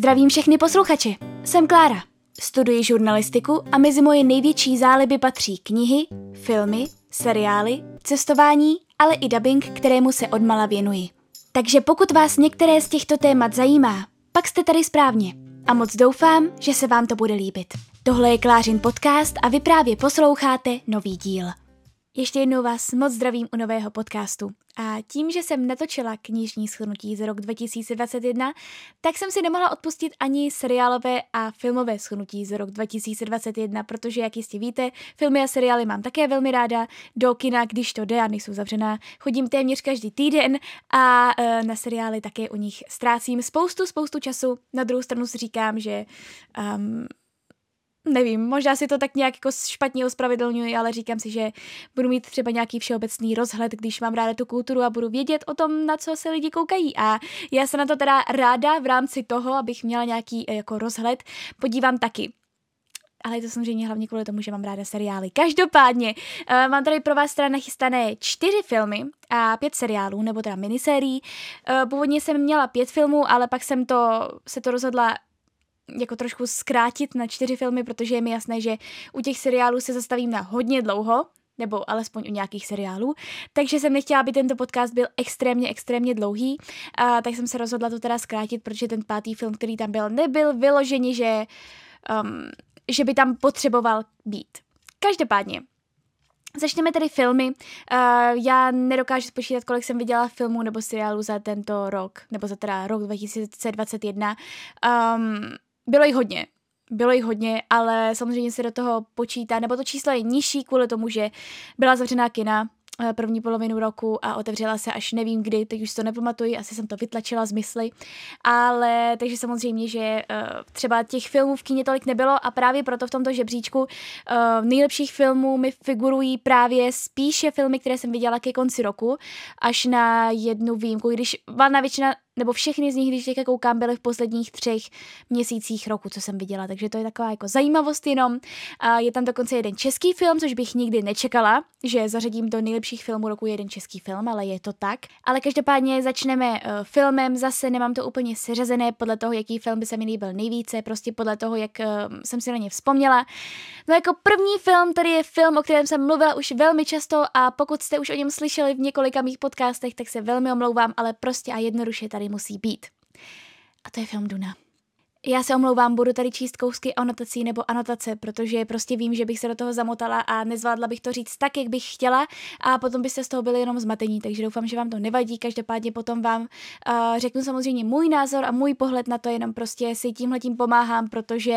Zdravím všechny posluchače, jsem Klára. Studuji žurnalistiku a mezi moje největší záliby patří knihy, filmy, seriály, cestování, ale i dabing, kterému se odmala věnuji. Takže pokud vás některé z těchto témat zajímá, pak jste tady správně a moc doufám, že se vám to bude líbit. Tohle je Klářin podcast a vy právě posloucháte nový díl. Ještě jednou vás moc zdravím u nového podcastu. A tím, že jsem natočila knižní shrnutí za rok 2021, tak jsem si nemohla odpustit ani seriálové a filmové shrnutí za rok 2021, protože, jak jistě víte, filmy a seriály mám také velmi ráda. Do kina, když to jde a nejsou zavřená, chodím téměř každý týden a na seriály také u nich ztrácím spoustu času. Na druhou stranu si říkám, že nevím, možná si to tak nějak jako špatně ospravedlňuji, ale říkám si, že budu mít třeba nějaký všeobecný rozhled, když mám ráda tu kulturu a budu vědět o tom, na co se lidi koukají. A já se na to teda ráda v rámci toho, abych měla nějaký jako rozhled, podívám taky. Ale je to samozřejmě hlavně kvůli tomu, že mám ráda seriály. Každopádně mám tady pro vás teda nachystané 4 filmy a 5 seriálů, nebo teda minisérií. Původně jsem měla 5 filmů, ale pak jsem se to rozhodla jako trošku zkrátit na 4 filmy, protože je mi jasné, že u těch seriálů se zastavím na hodně dlouho, nebo alespoň u nějakých seriálů, takže jsem nechtěla, aby tento podcast byl extrémně dlouhý, tak jsem se rozhodla to teda zkrátit, protože ten 5. film, který tam byl, nebyl vyloženě, že by tam potřeboval být. Každopádně, začneme tedy filmy. Já nedokážu spočítat, kolik jsem viděla filmů nebo seriálů za tento rok, nebo za teda rok 2021. Bylo jich hodně, ale samozřejmě se do toho počítá, nebo to číslo je nižší kvůli tomu, že byla zavřená kina první polovinu roku a otevřela se až nevím kdy, teď už to nepamatuji, asi jsem to vytlačila z mysli, ale takže samozřejmě, že třeba těch filmů v kině tolik nebylo a právě proto v tomto žebříčku nejlepších filmů mi figurují právě spíše filmy, které jsem viděla ke konci roku, až na jednu výjimku, když valná většina nebo všechny z nich, když teďka koukám, byly v posledních 3 měsících roku, co jsem viděla, takže to je taková jako zajímavost jenom. Je tam dokonce jeden český film, což bych nikdy nečekala, že zařadím do nejlepších filmů roku jeden český film, ale je to tak. Ale každopádně začneme filmem, zase nemám to úplně seřazené podle toho, jaký film by se mi líbil nejvíce, prostě podle toho, jak jsem si na ně vzpomněla. No jako první film, tady je film, o kterém jsem mluvila už velmi často a pokud jste už o něm slyšeli v několika mých podcastech, tak se velmi omlouvám, ale prostě a jednoduše tady musí být. A to je film Duna. Já se omlouvám, budu tady číst kousky anotací nebo anotace, protože prostě vím, že bych se do toho zamotala a nezvládla bych to říct tak, jak bych chtěla a potom byste z toho byli jenom zmatení, takže doufám, že vám to nevadí, každopádně potom vám řeknu samozřejmě můj názor a můj pohled na to, jenom prostě si tímhletím pomáhám, protože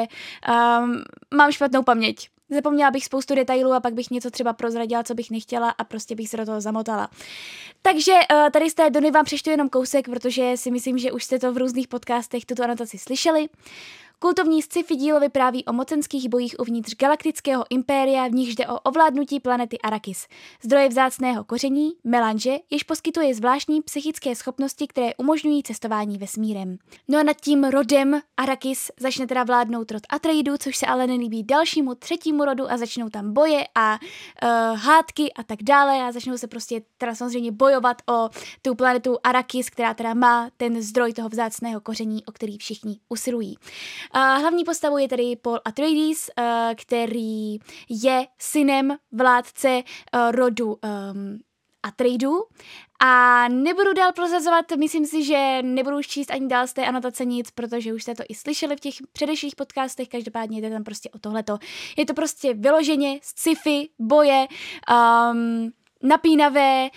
mám špatnou paměť. Zapomněla bych spoustu detailů a pak bych něco třeba prozradila, co bych nechtěla a prostě bych se do toho zamotala. Takže tady z té Duny vám přečtu jenom kousek, protože si myslím, že už jste to v různých podcastech tuto anotaci slyšeli. Kultovní sci-fi dílo vypráví o mocenských bojích uvnitř galaktického impéria, v nichž jde o ovládnutí planety Arrakis, zdroje vzácného koření, melanže, jež poskytuje zvláštní psychické schopnosti, které umožňují cestování vesmírem. No a nad tím rodem Arrakis začne teda vládnout rod Atreidů, což se ale nelíbí dalšímu 3. rodu a začnou tam boje a hádky a tak dále a začnou se prostě teda samozřejmě bojovat o tu planetu Arrakis, která teda má ten zdroj toho vzácného koření, o který všichni usilují. Hlavní postavou je tedy Paul Atreides, který je synem vládce rodu Atreidů. A nebudu dál prozrazovat, myslím si, že nebudu už číst ani dál z té anotace nic, protože už jste to i slyšeli v těch předešlých podcastech, každopádně jde tam prostě o tohleto. Je to prostě vyloženě sci-fi, boje, napínavé,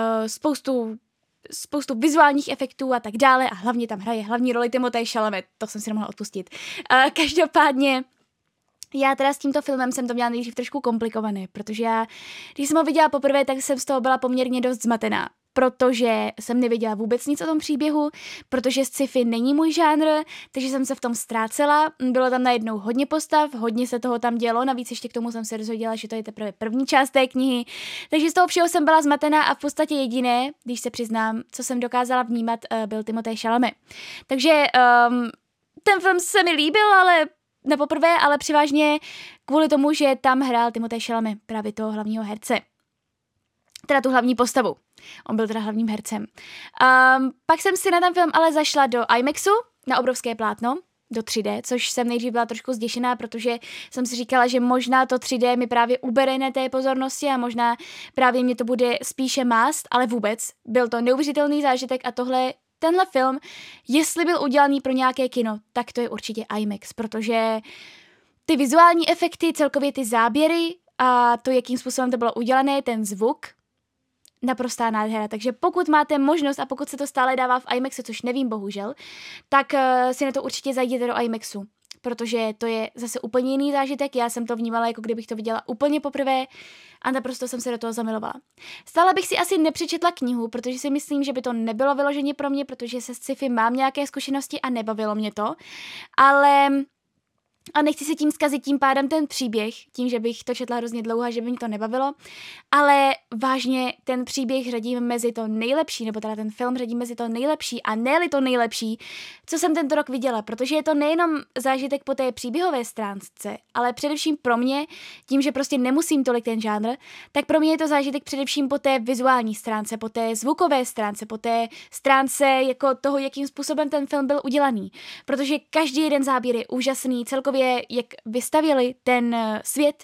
spoustu vizuálních efektů a tak dále a hlavně tam hraje hlavní roli Timothée Chalamet, to jsem si nemohla odpustit. Každopádně já teda s tímto filmem jsem to měla nejdřív trošku komplikované, protože když jsem ho viděla poprvé, tak jsem z toho byla poměrně dost zmatená, protože jsem nevěděla vůbec nic o tom příběhu, protože sci-fi není můj žánr, takže jsem se v tom ztrácela. Bylo tam najednou hodně postav, hodně se toho tam dělo, navíc ještě k tomu jsem se dozvěděla, že to je teprve první část té knihy, takže z toho všeho jsem byla zmatená a v podstatě jediné, když se přiznám, co jsem dokázala vnímat, byl Timothée Chalamet. Takže ten film se mi líbil, ale na poprvé, ale převážně kvůli tomu, že tam hrál Timothée Chalamet, právě toho hlavního herce. Teda tu hlavní postavu. On byl teda hlavním hercem. Pak jsem si na ten film ale zašla do IMAXu, na obrovské plátno, do 3D, což jsem nejdřív byla trošku zděšená, protože jsem si říkala, že možná to 3D mi právě ubere na té pozornosti a možná právě mě to bude spíše mást, ale vůbec. Byl to neuvěřitelný zážitek a tenhle film, jestli byl udělaný pro nějaké kino, tak to je určitě IMAX, protože ty vizuální efekty, celkově ty záběry a to, jakým způsobem to bylo udělané, ten zvuk, naprostá nádhera. Takže pokud máte možnost a pokud se to stále dává v IMAXu, což nevím bohužel, tak si na to určitě zajděte do IMAXu, protože to je zase úplně jiný zážitek. Já jsem to vnímala, jako kdybych to viděla úplně poprvé a naprosto jsem se do toho zamilovala. Stále bych si asi nepřečetla knihu, protože si myslím, že by to nebylo vyloženě pro mě, protože se sci-fi mám nějaké zkušenosti a nebavilo mě to, ale a nechci se tím zkazit tím pádem ten příběh, tím, že bych to četla hrozně dlouho a že by mě to nebavilo, ale vážně ten příběh řadím mezi to nejlepší, nebo teda ten film řadím mezi to nejlepší a ne-li to nejlepší, co jsem tento rok viděla, protože je to nejenom zážitek po té příběhové stránce, ale především pro mě, tím, že prostě nemusím tolik ten žánr, tak pro mě je to zážitek především po té vizuální stránce, po té zvukové stránce, po té stránce jako toho, jakým způsobem ten film byl udělaný, protože každý jeden záběr je úžasný, celkově jak vystavěli ten svět,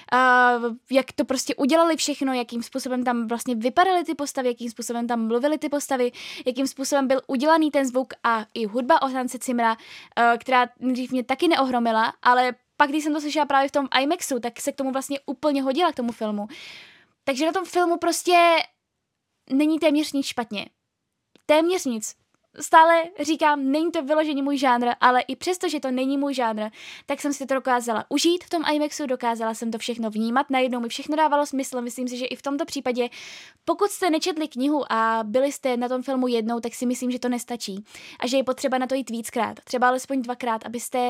jak to prostě udělali všechno, jakým způsobem tam vlastně vypadaly ty postavy, jakým způsobem tam mluvily ty postavy, jakým způsobem byl udělaný ten zvuk a i hudba od Hanse Zimmera, která dřív mě taky neohromila, ale pak, když jsem to slyšela právě v tom IMAXu, tak se k tomu vlastně úplně hodila k tomu filmu. Takže na tom filmu prostě není téměř nic špatně. Téměř nic. Stále říkám, není to vyloženě můj žánr, ale i přesto, že to není můj žánr, tak jsem si to dokázala užít v tom IMAXu, dokázala jsem to všechno vnímat, najednou mi všechno dávalo smysl, myslím si, že i v tomto případě, pokud jste nečetli knihu a byli jste na tom filmu jednou, tak si myslím, že to nestačí a že je potřeba na to jít víckrát, třeba alespoň 2krát,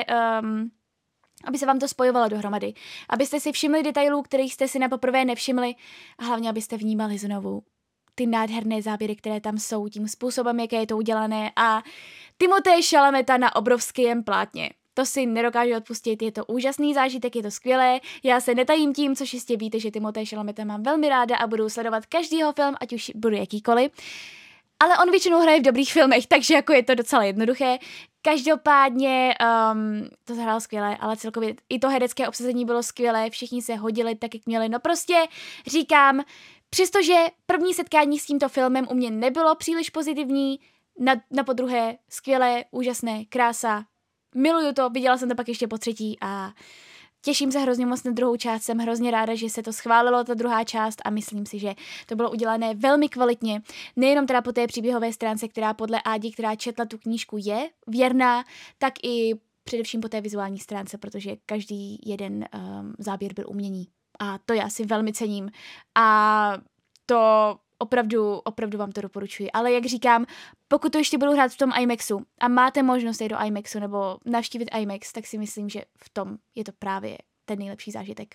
aby se vám to spojovalo dohromady, abyste si všimli detailů, kterých jste si na poprvé nevšimli a hlavně abyste vnímali znovu ty nádherné záběry, které tam jsou, tím způsobem, jaké je to udělané a Timothée Chalameta na obrovském plátně. To si nedokážu odpustit, je to úžasný zážitek, je to skvělé, já se netajím tím, což jistě víte, že Timothée Chalameta mám velmi ráda a budu sledovat každýho film, ať už bude jakýkoliv. Ale on většinou hraje v dobrých filmech, takže jako je to docela jednoduché. Každopádně to zahrál skvěle, ale celkově i to herecké obsazení bylo skvělé, všichni se hodili tak, jak měli. No prostě říkám, přestože první setkání s tímto filmem u mě nebylo příliš pozitivní, na podruhé skvělé, úžasné, krása, miluju to, viděla jsem to pak ještě po třetí a těším se hrozně moc na druhou část, jsem hrozně ráda, že se to schválilo, ta druhá část a myslím si, že to bylo udělané velmi kvalitně, nejenom teda po té příběhové stránce, která podle Ádi, která četla tu knížku, je věrná, tak i především po té vizuální stránce, protože každý jeden záběr byl umění. A to já si velmi cením. A to opravdu vám to doporučuji. Ale jak říkám, pokud to ještě budu hrát v tom IMAXu a máte možnost jít do IMAXu nebo navštívit IMAX, tak si myslím, že v tom je to právě ten nejlepší zážitek.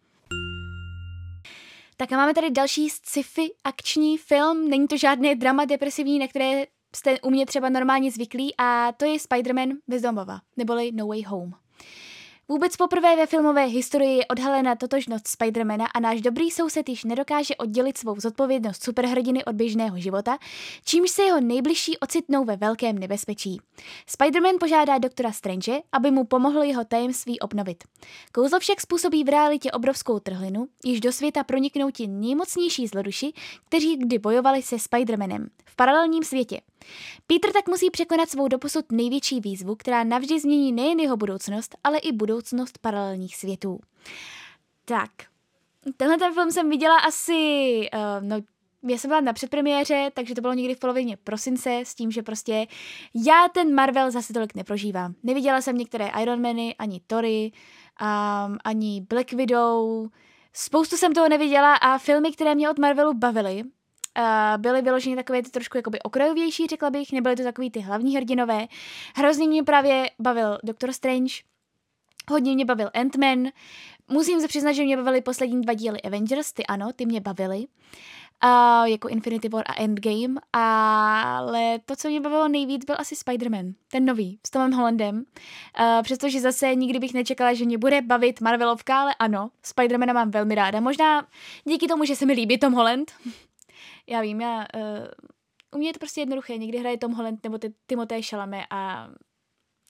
Tak a máme tady další sci-fi akční film. Není to žádné drama depresivní, na které jste u mě třeba normálně zvyklí a to je Spider-Man bez domova, neboli No Way Home. Vůbec poprvé ve filmové historii je odhalena totožnost Spidermana a náš dobrý soused již nedokáže oddělit svou zodpovědnost superhrdiny od běžného života, čímž se jeho nejbližší ocitnou ve velkém nebezpečí. Spiderman požádá doktora Strange, aby mu pomohl jeho tajemství obnovit. Kouzlo však způsobí v realitě obrovskou trhlinu, již do světa proniknou ti nejmocnější zloduši, kteří kdy bojovali se Spidermanem v paralelním světě. Peter tak musí překonat svou doposud největší výzvu, která navždy změní nejen jeho budoucnost, ale i budoucnost paralelních světů. Tak, tenhle film jsem viděla asi, já jsem byla na předpremiéře, takže to bylo někdy v polovině prosince, s tím, že prostě já ten Marvel zase tolik neprožívám. Neviděla jsem některé Ironmany, ani Thory, ani Black Widow, spoustu jsem toho neviděla a filmy, které mě od Marvelu bavily, byly vyloženě takové ty trošku jakoby okrajovější, řekla bych, nebyly to takový ty hlavní hrdinové. Hrozně mě právě bavil Doctor Strange, hodně mě bavil Ant-Man, musím se přiznat, že mě bavily poslední 2 díly Avengers, ty mě bavily, jako Infinity War a Endgame, ale to, co mě bavilo nejvíc, byl asi Spider-Man, ten nový, s Tomem Hollandem, přestože zase nikdy bych nečekala, že mě bude bavit Marvelovka, ale ano, Spider-Mana mám velmi ráda, možná díky tomu, že se mi líbí Tom Holland. Já vím, u mě je to prostě jednoduché, někdy hraje Tom Holland nebo Timothée Chalamet a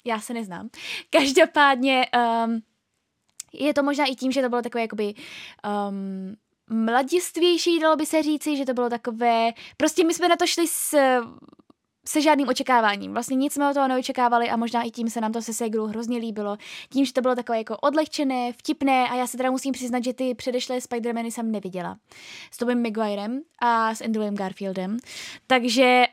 já se neznám. Každopádně je to možná i tím, že to bylo takové jakoby mladistvější, dalo by se říci, že to bylo takové, prostě my jsme na to šli se žádným očekáváním. Vlastně nic jsme od toho neočekávali a možná i tím se nám to se ségrou hrozně líbilo. Tím, že to bylo takové jako odlehčené, vtipné a já se teda musím přiznat, že ty předešlé Spider-Many jsem neviděla. S Tobem Maguirem a s Andrewem Garfieldem. Takže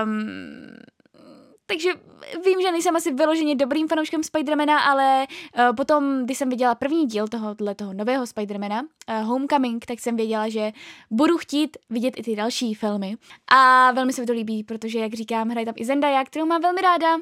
vím, že nejsem asi vyloženě dobrým fanouškem Spidermana, ale potom, když jsem viděla první díl toho nového Spidermana, Homecoming, tak jsem věděla, že budu chtít vidět i ty další filmy. A velmi se mi to líbí, protože, jak říkám, hraje tam i Zendaya, kterou mám velmi ráda.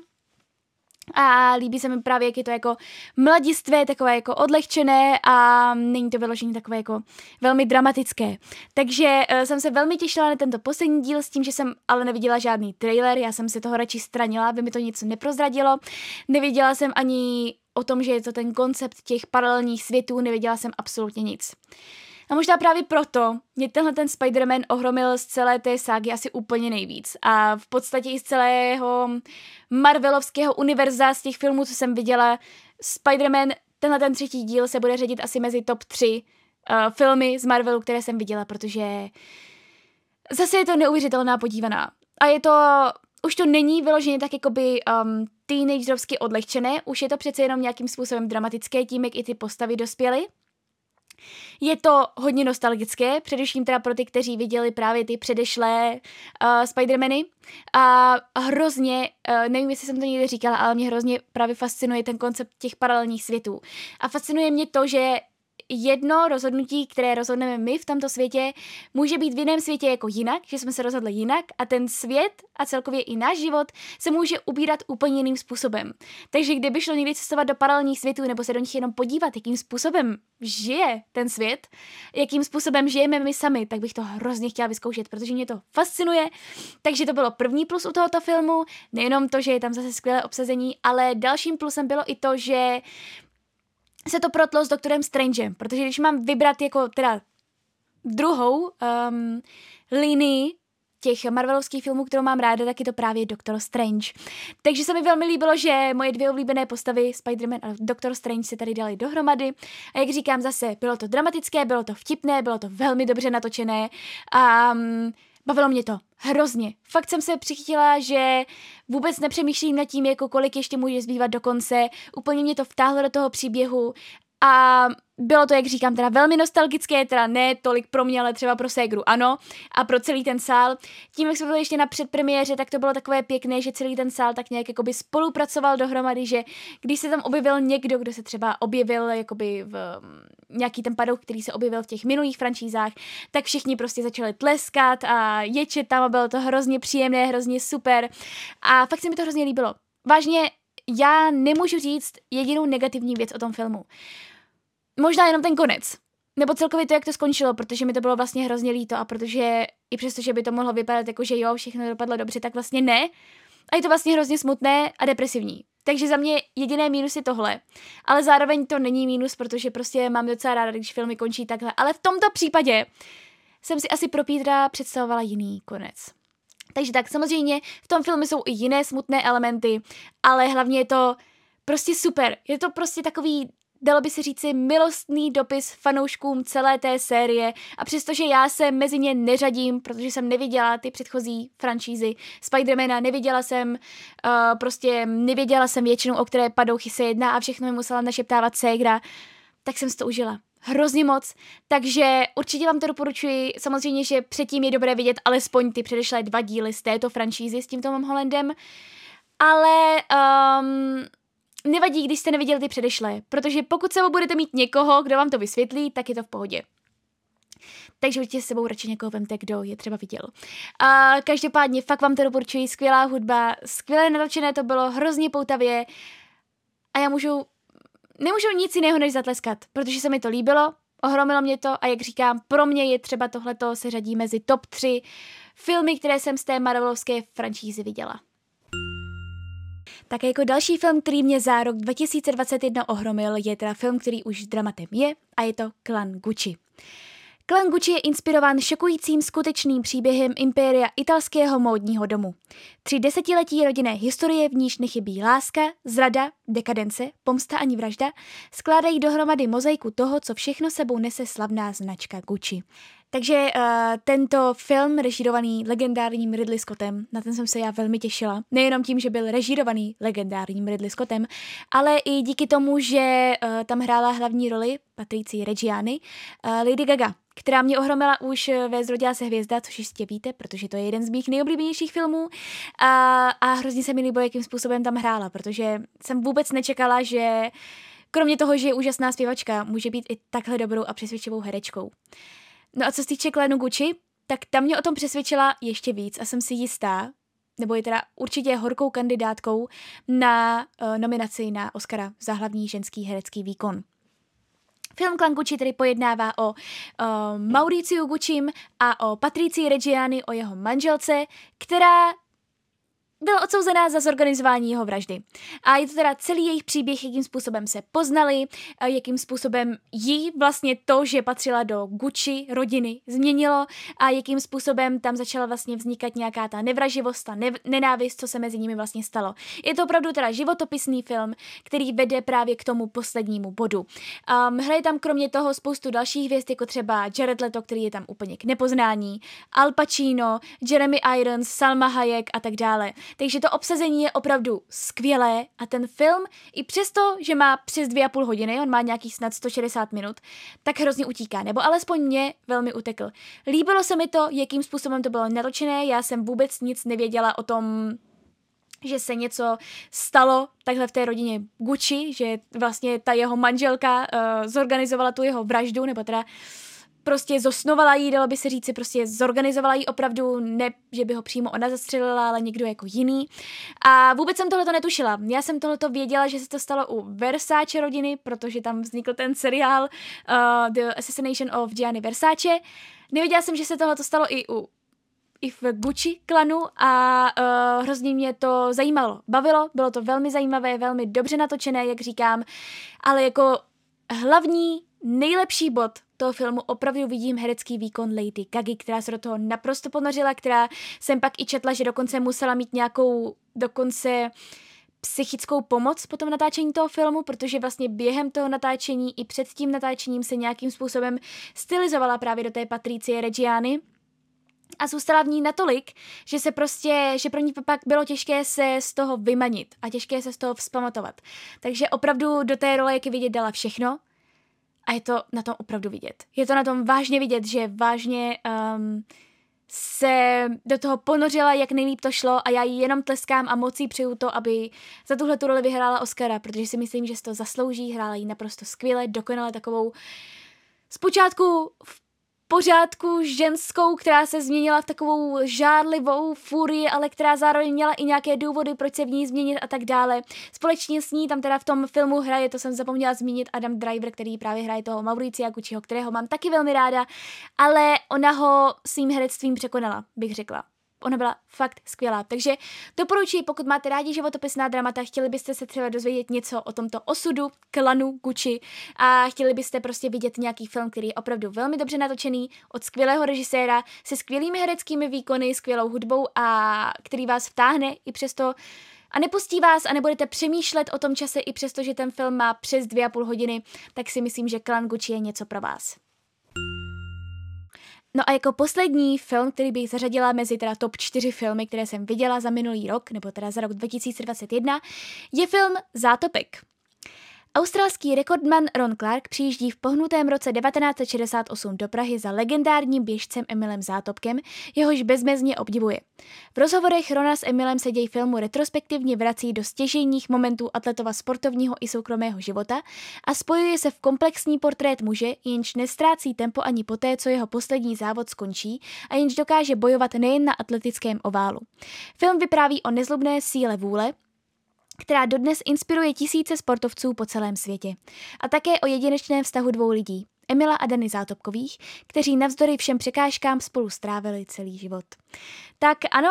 A líbí se mi právě, jak je to jako mladistvé, takové jako odlehčené a není to vyloženě takové jako velmi dramatické. Takže jsem se velmi těšila na tento poslední díl s tím, že jsem ale neviděla žádný trailer, já jsem se toho radši stranila, aby mi to nic neprozradilo. Nevěděla jsem ani o tom, že je to ten koncept těch paralelních světů, nevěděla jsem absolutně nic. A možná právě proto mě tenhle ten Spider-Man ohromil z celé té ságy asi úplně nejvíc. A v podstatě i z celého Marvelovského univerza, z těch filmů, co jsem viděla, Spider-Man, tenhle ten třetí díl se bude řadit asi mezi top 3 filmy z Marvelu, které jsem viděla, protože zase je to neuvěřitelná podívaná. A je to, už to není vyloženě tak jakoby teenagerovsky odlehčené, už je to přece jenom nějakým způsobem dramatické, tím, jak i ty postavy dospěly. Je to hodně nostalgické, především teda pro ty, kteří viděli právě ty předešlé Spider-Many a hrozně, nevím, jestli jsem to někdy říkala, ale mě hrozně právě fascinuje ten koncept těch paralelních světů. A fascinuje mě to, že jedno rozhodnutí, které rozhodneme my v tomto světě, může být v jiném světě jako jinak, že jsme se rozhodli jinak a ten svět a celkově i náš život se může ubírat úplně jiným způsobem. Takže kdyby šlo někdy cestovat do paralelních světů nebo se do nich jenom podívat, jakým způsobem žije ten svět, jakým způsobem žijeme my sami, tak bych to hrozně chtěla vyzkoušet, protože mě to fascinuje. Takže to bylo první plus u tohoto filmu, nejenom to, že je tam zase skvělé obsazení, ale dalším plusem bylo i to, že se to protlo s Doktorem Strangem, protože když mám vybrat jako teda druhou linii těch marvelovských filmů, kterou mám ráda, tak je to právě Doctor Strange. Takže se mi velmi líbilo, že moje dvě oblíbené postavy, Spider-Man a Doctor Strange, se tady dali dohromady. A jak říkám zase, bylo to dramatické, bylo to vtipné, bylo to velmi dobře natočené a bavilo mě to hrozně. Fakt jsem se přichytila, že vůbec nepřemýšlím nad tím, jako kolik ještě může zbývat do konce. Úplně mě to vtáhlo do toho příběhu a bylo to, jak říkám, teda velmi nostalgické, teda ne tolik pro mě, ale třeba pro ségru, ano, a pro celý ten sál. Tím, jak jsme byli ještě na předpremiéře, tak to bylo takové pěkné, že celý ten sál tak nějak jakoby spolupracoval dohromady, že když se tam objevil někdo, kdo se třeba objevil jakoby v nějaký ten padouk, který se objevil v těch minulých franšízách, tak všichni prostě začali tleskat a ječet tam a bylo to hrozně příjemné, hrozně super a fakt se mi to hrozně líbilo. Vážně, já nemůžu říct jedinou negativní věc o tom filmu. Možná jenom ten konec. Nebo celkově to, jak to skončilo, protože mi to bylo vlastně hrozně líto a protože i přesto, že by to mohlo vypadat jako, že jo, všechno dopadlo dobře, tak vlastně ne. A je to vlastně hrozně smutné a depresivní. Takže za mě jediné mínus je tohle. Ale zároveň to není mínus, protože prostě mám docela ráda, když filmy končí takhle. Ale v tomto případě jsem si asi pro Petra představovala jiný konec. Takže tak, samozřejmě v tom filmu jsou i jiné smutné elementy, ale hlavně je to prostě super. Je to prostě takový, dalo by se říci, milostný dopis fanouškům celé té série a přestože já se mezi ně neřadím, protože jsem neviděla ty předchozí franšízy Spidermana, neviděla jsem většinu, o které padouchy se jedná a všechno mi musela našeptávat ségra, tak jsem si to užila. Hrozně moc, takže určitě vám to doporučuji. Samozřejmě, že předtím je dobré vidět alespoň ty předešlé 2 díly z této franšízy s tím Tomem Hollandem, ale nevadí, když jste neviděli ty předešlé, protože pokud sebou budete mít někoho, kdo vám to vysvětlí, tak je to v pohodě. Takže určitě s sebou radši někoho vemte, kdo je třeba viděl. Každopádně fakt vám to doporučuji, skvělá hudba, skvěle natočené to bylo, hrozně poutavě a já nemůžu nic jiného než zatleskat, protože se mi to líbilo, ohromilo mě to a jak říkám, pro mě je třeba tohleto se řadí mezi top 3 filmy, které jsem z té Marvelovské franšízy viděla. Tak jako další film, který mě za rok 2021 ohromil, je teda film, který už dramatem je a je to Klan Gucci. Klan Gucci je inspirován šokujícím skutečným příběhem impéria italského módního domu. 3 desetiletí rodinné historie, v níž nechybí láska, zrada, dekadence, pomsta ani vražda, skládají dohromady mozaiku toho, co všechno sebou nese slavná značka Gucci. Takže tento film, režírovaný legendárním Ridley Scottem, na ten jsem se já velmi těšila. Nejenom tím, že byl režírovaný legendárním Ridley Scottem, ale i díky tomu, že tam hrála hlavní roli Patricie Reggiani, Lady Gaga, která mě ohromila už ve Zrodila se hvězda, což jistě víte, protože to je jeden z mých nejoblíbenějších filmů a hrozně se mi líbilo, jakým způsobem tam hrála, protože jsem vůbec nečekala, že kromě toho, že je úžasná zpěvačka, může být i takhle dobrou a přesvědčivou herečkou. No a co se týče klanu Gucci, tak tam mě o tom přesvědčila ještě víc a jsem si jistá, nebo je teda určitě horkou kandidátkou na nominaci na Oscara za hlavní ženský herecký výkon. Film Klan Gucci tedy pojednává o Mauriciu Guccim a o Patricii Reggiani, o jeho manželce, která byla odsouzená za zorganizování jeho vraždy. A je to teda celý jejich příběh, jakým způsobem se poznali, jakým způsobem jí vlastně to, že patřila do Gucci rodiny, změnilo a jakým způsobem tam začala vlastně vznikat nějaká ta nevraživost, ta nenávist, co se mezi nimi vlastně stalo. Je to opravdu teda životopisný film, který vede právě k tomu poslednímu bodu. Hraje tam kromě toho spoustu dalších hvězd, jako třeba Jared Leto, který je tam úplně k nepoznání, Al Pacino, Jeremy Irons, Salma Hayek a tak dále. Takže to obsazení je opravdu skvělé a ten film, i přesto, že má přes 2,5 hodiny, on má nějakých snad 160 minut, tak hrozně utíká, nebo alespoň mě velmi utekl. Líbilo se mi to, jakým způsobem to bylo natočené, já jsem vůbec nic nevěděla o tom, že se něco stalo takhle v té rodině Gucci, že vlastně ta jeho manželka zorganizovala tu jeho vraždu, nebo teda prostě zosnovala jí, dalo by se říci, prostě zorganizovala jí opravdu, ne, že by ho přímo ona zastřelila, ale někdo jako jiný. A vůbec jsem tohleto netušila. Já jsem tohleto věděla, že se to stalo u Versace rodiny, protože tam vznikl ten seriál The Assassination of Gianni Versace. Nevěděla jsem, že se tohleto stalo i v Gucci klanu a hrozně mě to zajímalo. Bavilo, bylo to velmi zajímavé, velmi dobře natočené, jak říkám, ale jako hlavní, nejlepší bod toho filmu opravdu vidím herecký výkon Lady Gagy, která se do toho naprosto ponořila, která jsem pak i četla, že dokonce musela mít nějakou dokonce psychickou pomoc po tom natáčení toho filmu, protože vlastně během toho natáčení i před tím natáčením se nějakým způsobem stylizovala právě do té Patricie Reggiani a zůstala v ní natolik, že pro ní pak bylo těžké se z toho vymanit a těžké se z toho vzpamatovat. Takže opravdu do té role, jak je vidět, dala všechno. A je to na tom opravdu vidět. Je to na tom vážně vidět, že vážně se do toho ponořila, jak nejlíp to šlo a já jí jenom tleskám a moc jí přeju to, aby za tuhle tu roli vyhrála Oscara, protože si myslím, že si to zaslouží, hrála jí naprosto skvěle, dokonale takovou zpočátku v pořádku ženskou, která se změnila v takovou žárlivou furii, ale která zároveň měla i nějaké důvody, proč se v ní změnit a tak dále. Společně s ní tam teda v tom filmu hraje, to jsem zapomněla zmínit, Adam Driver, který právě hraje toho Mauricia Gucciho, kterého mám taky velmi ráda, ale ona ho svým herectvím překonala, bych řekla. Ona byla fakt skvělá, takže doporučuji, pokud máte rádi životopisná dramata, chtěli byste se třeba dozvědět něco o tomto osudu klanu Gucci a chtěli byste prostě vidět nějaký film, který je opravdu velmi dobře natočený, od skvělého režiséra, se skvělými hereckými výkony, skvělou hudbou a který vás vtáhne i přesto a nepustí vás a nebudete přemýšlet o tom čase i přesto, že ten film má přes 2,5 hodiny, tak si myslím, že Klan Gucci je něco pro vás. No a jako poslední film, který bych zařadila mezi teda top 4 filmy, které jsem viděla za minulý rok, nebo teda za rok 2021, je film Zátopek. Australský rekordman Ron Clark přijíždí v pohnutém roce 1968 do Prahy za legendárním běžcem Emilem Zátopkem, jehož bezmezně obdivuje. V rozhovorech Rona s Emilem se děj filmu retrospektivně vrací do stěžejních momentů atletova sportovního i soukromého života a spojuje se v komplexní portrét muže, jenž nestrácí tempo ani poté, co jeho poslední závod skončí a jenž dokáže bojovat nejen na atletickém oválu. Film vypráví o nezlobné síle vůle, která dodnes inspiruje tisíce sportovců po celém světě. A také o jedinečném vztahu dvou lidí, Emila a Dany Zátopkových, kteří navzdory všem překážkám spolu strávili celý život. Tak ano,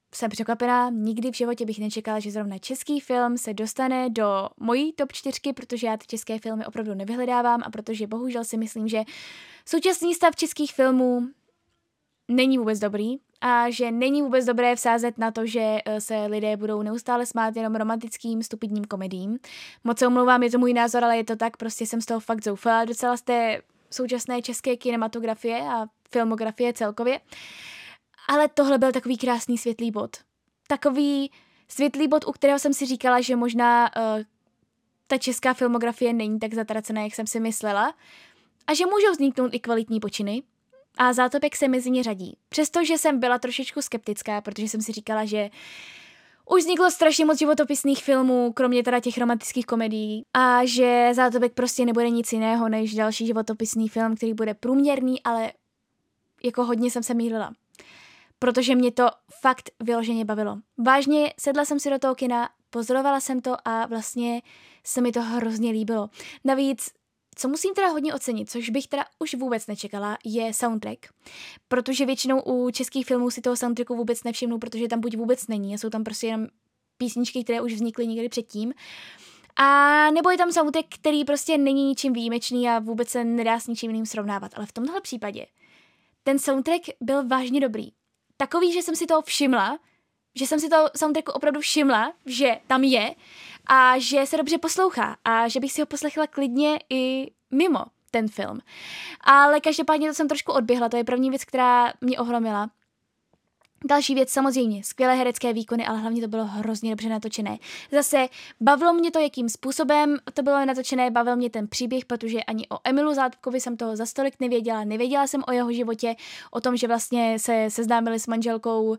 jsem překvapená, nikdy v životě bych nečekala, že zrovna český film se dostane do mojí top 4, protože já ty české filmy opravdu nevyhledávám a protože bohužel si myslím, že současný stav českých filmů není vůbec dobrý a že není vůbec dobré vsázet na to, že se lidé budou neustále smát jenom romantickým, stupidním komedím. Moc se omlouvám, je to můj názor, ale je to tak, prostě jsem z toho fakt zoufala docela z té současné české kinematografie a filmografie celkově. Ale tohle byl takový krásný světlý bod. Takový světlý bod, u kterého jsem si říkala, že možná ta česká filmografie není tak zatracená, jak jsem si myslela a že můžou vzniknout i kvalitní počiny. A Zátopek se mezi ně řadí. Přestože jsem byla trošičku skeptická, protože jsem si říkala, že už vzniklo strašně moc životopisných filmů, kromě teda těch romantických komedií, a že Zátopek prostě nebude nic jiného než další životopisný film, který bude průměrný, ale jako hodně jsem se mýlila. Protože mě to fakt vyloženě bavilo. Vážně sedla jsem si do toho kina, pozorovala jsem to a vlastně se mi to hrozně líbilo. Navíc co musím teda hodně ocenit, což bych teda už vůbec nečekala, je soundtrack. Protože většinou u českých filmů si toho soundtracku vůbec nevšimnu, protože tam buď vůbec není a jsou tam prostě jenom písničky, které už vznikly někdy předtím. A nebo je tam soundtrack, který prostě není ničím výjimečný a vůbec se nedá s ničím jiným srovnávat. Ale v tomhle případě ten soundtrack byl vážně dobrý. Takový, že jsem si toho všimla, že jsem si toho soundtracku opravdu všimla, že tam je a že se dobře poslouchá a že bych si ho poslechla klidně i mimo ten film. Ale každopádně to jsem trošku odběhla, to je první věc, která mě ohromila. Další věc samozřejmě, skvělé herecké výkony, ale hlavně to bylo hrozně dobře natočené. Zase bavilo mě to, jakým způsobem to bylo natočené, bavil mě ten příběh, protože ani o Emilu Zátopkovi jsem toho za stolik nevěděla. Nevěděla jsem o jeho životě, o tom, že vlastně se seznámili s manželkou,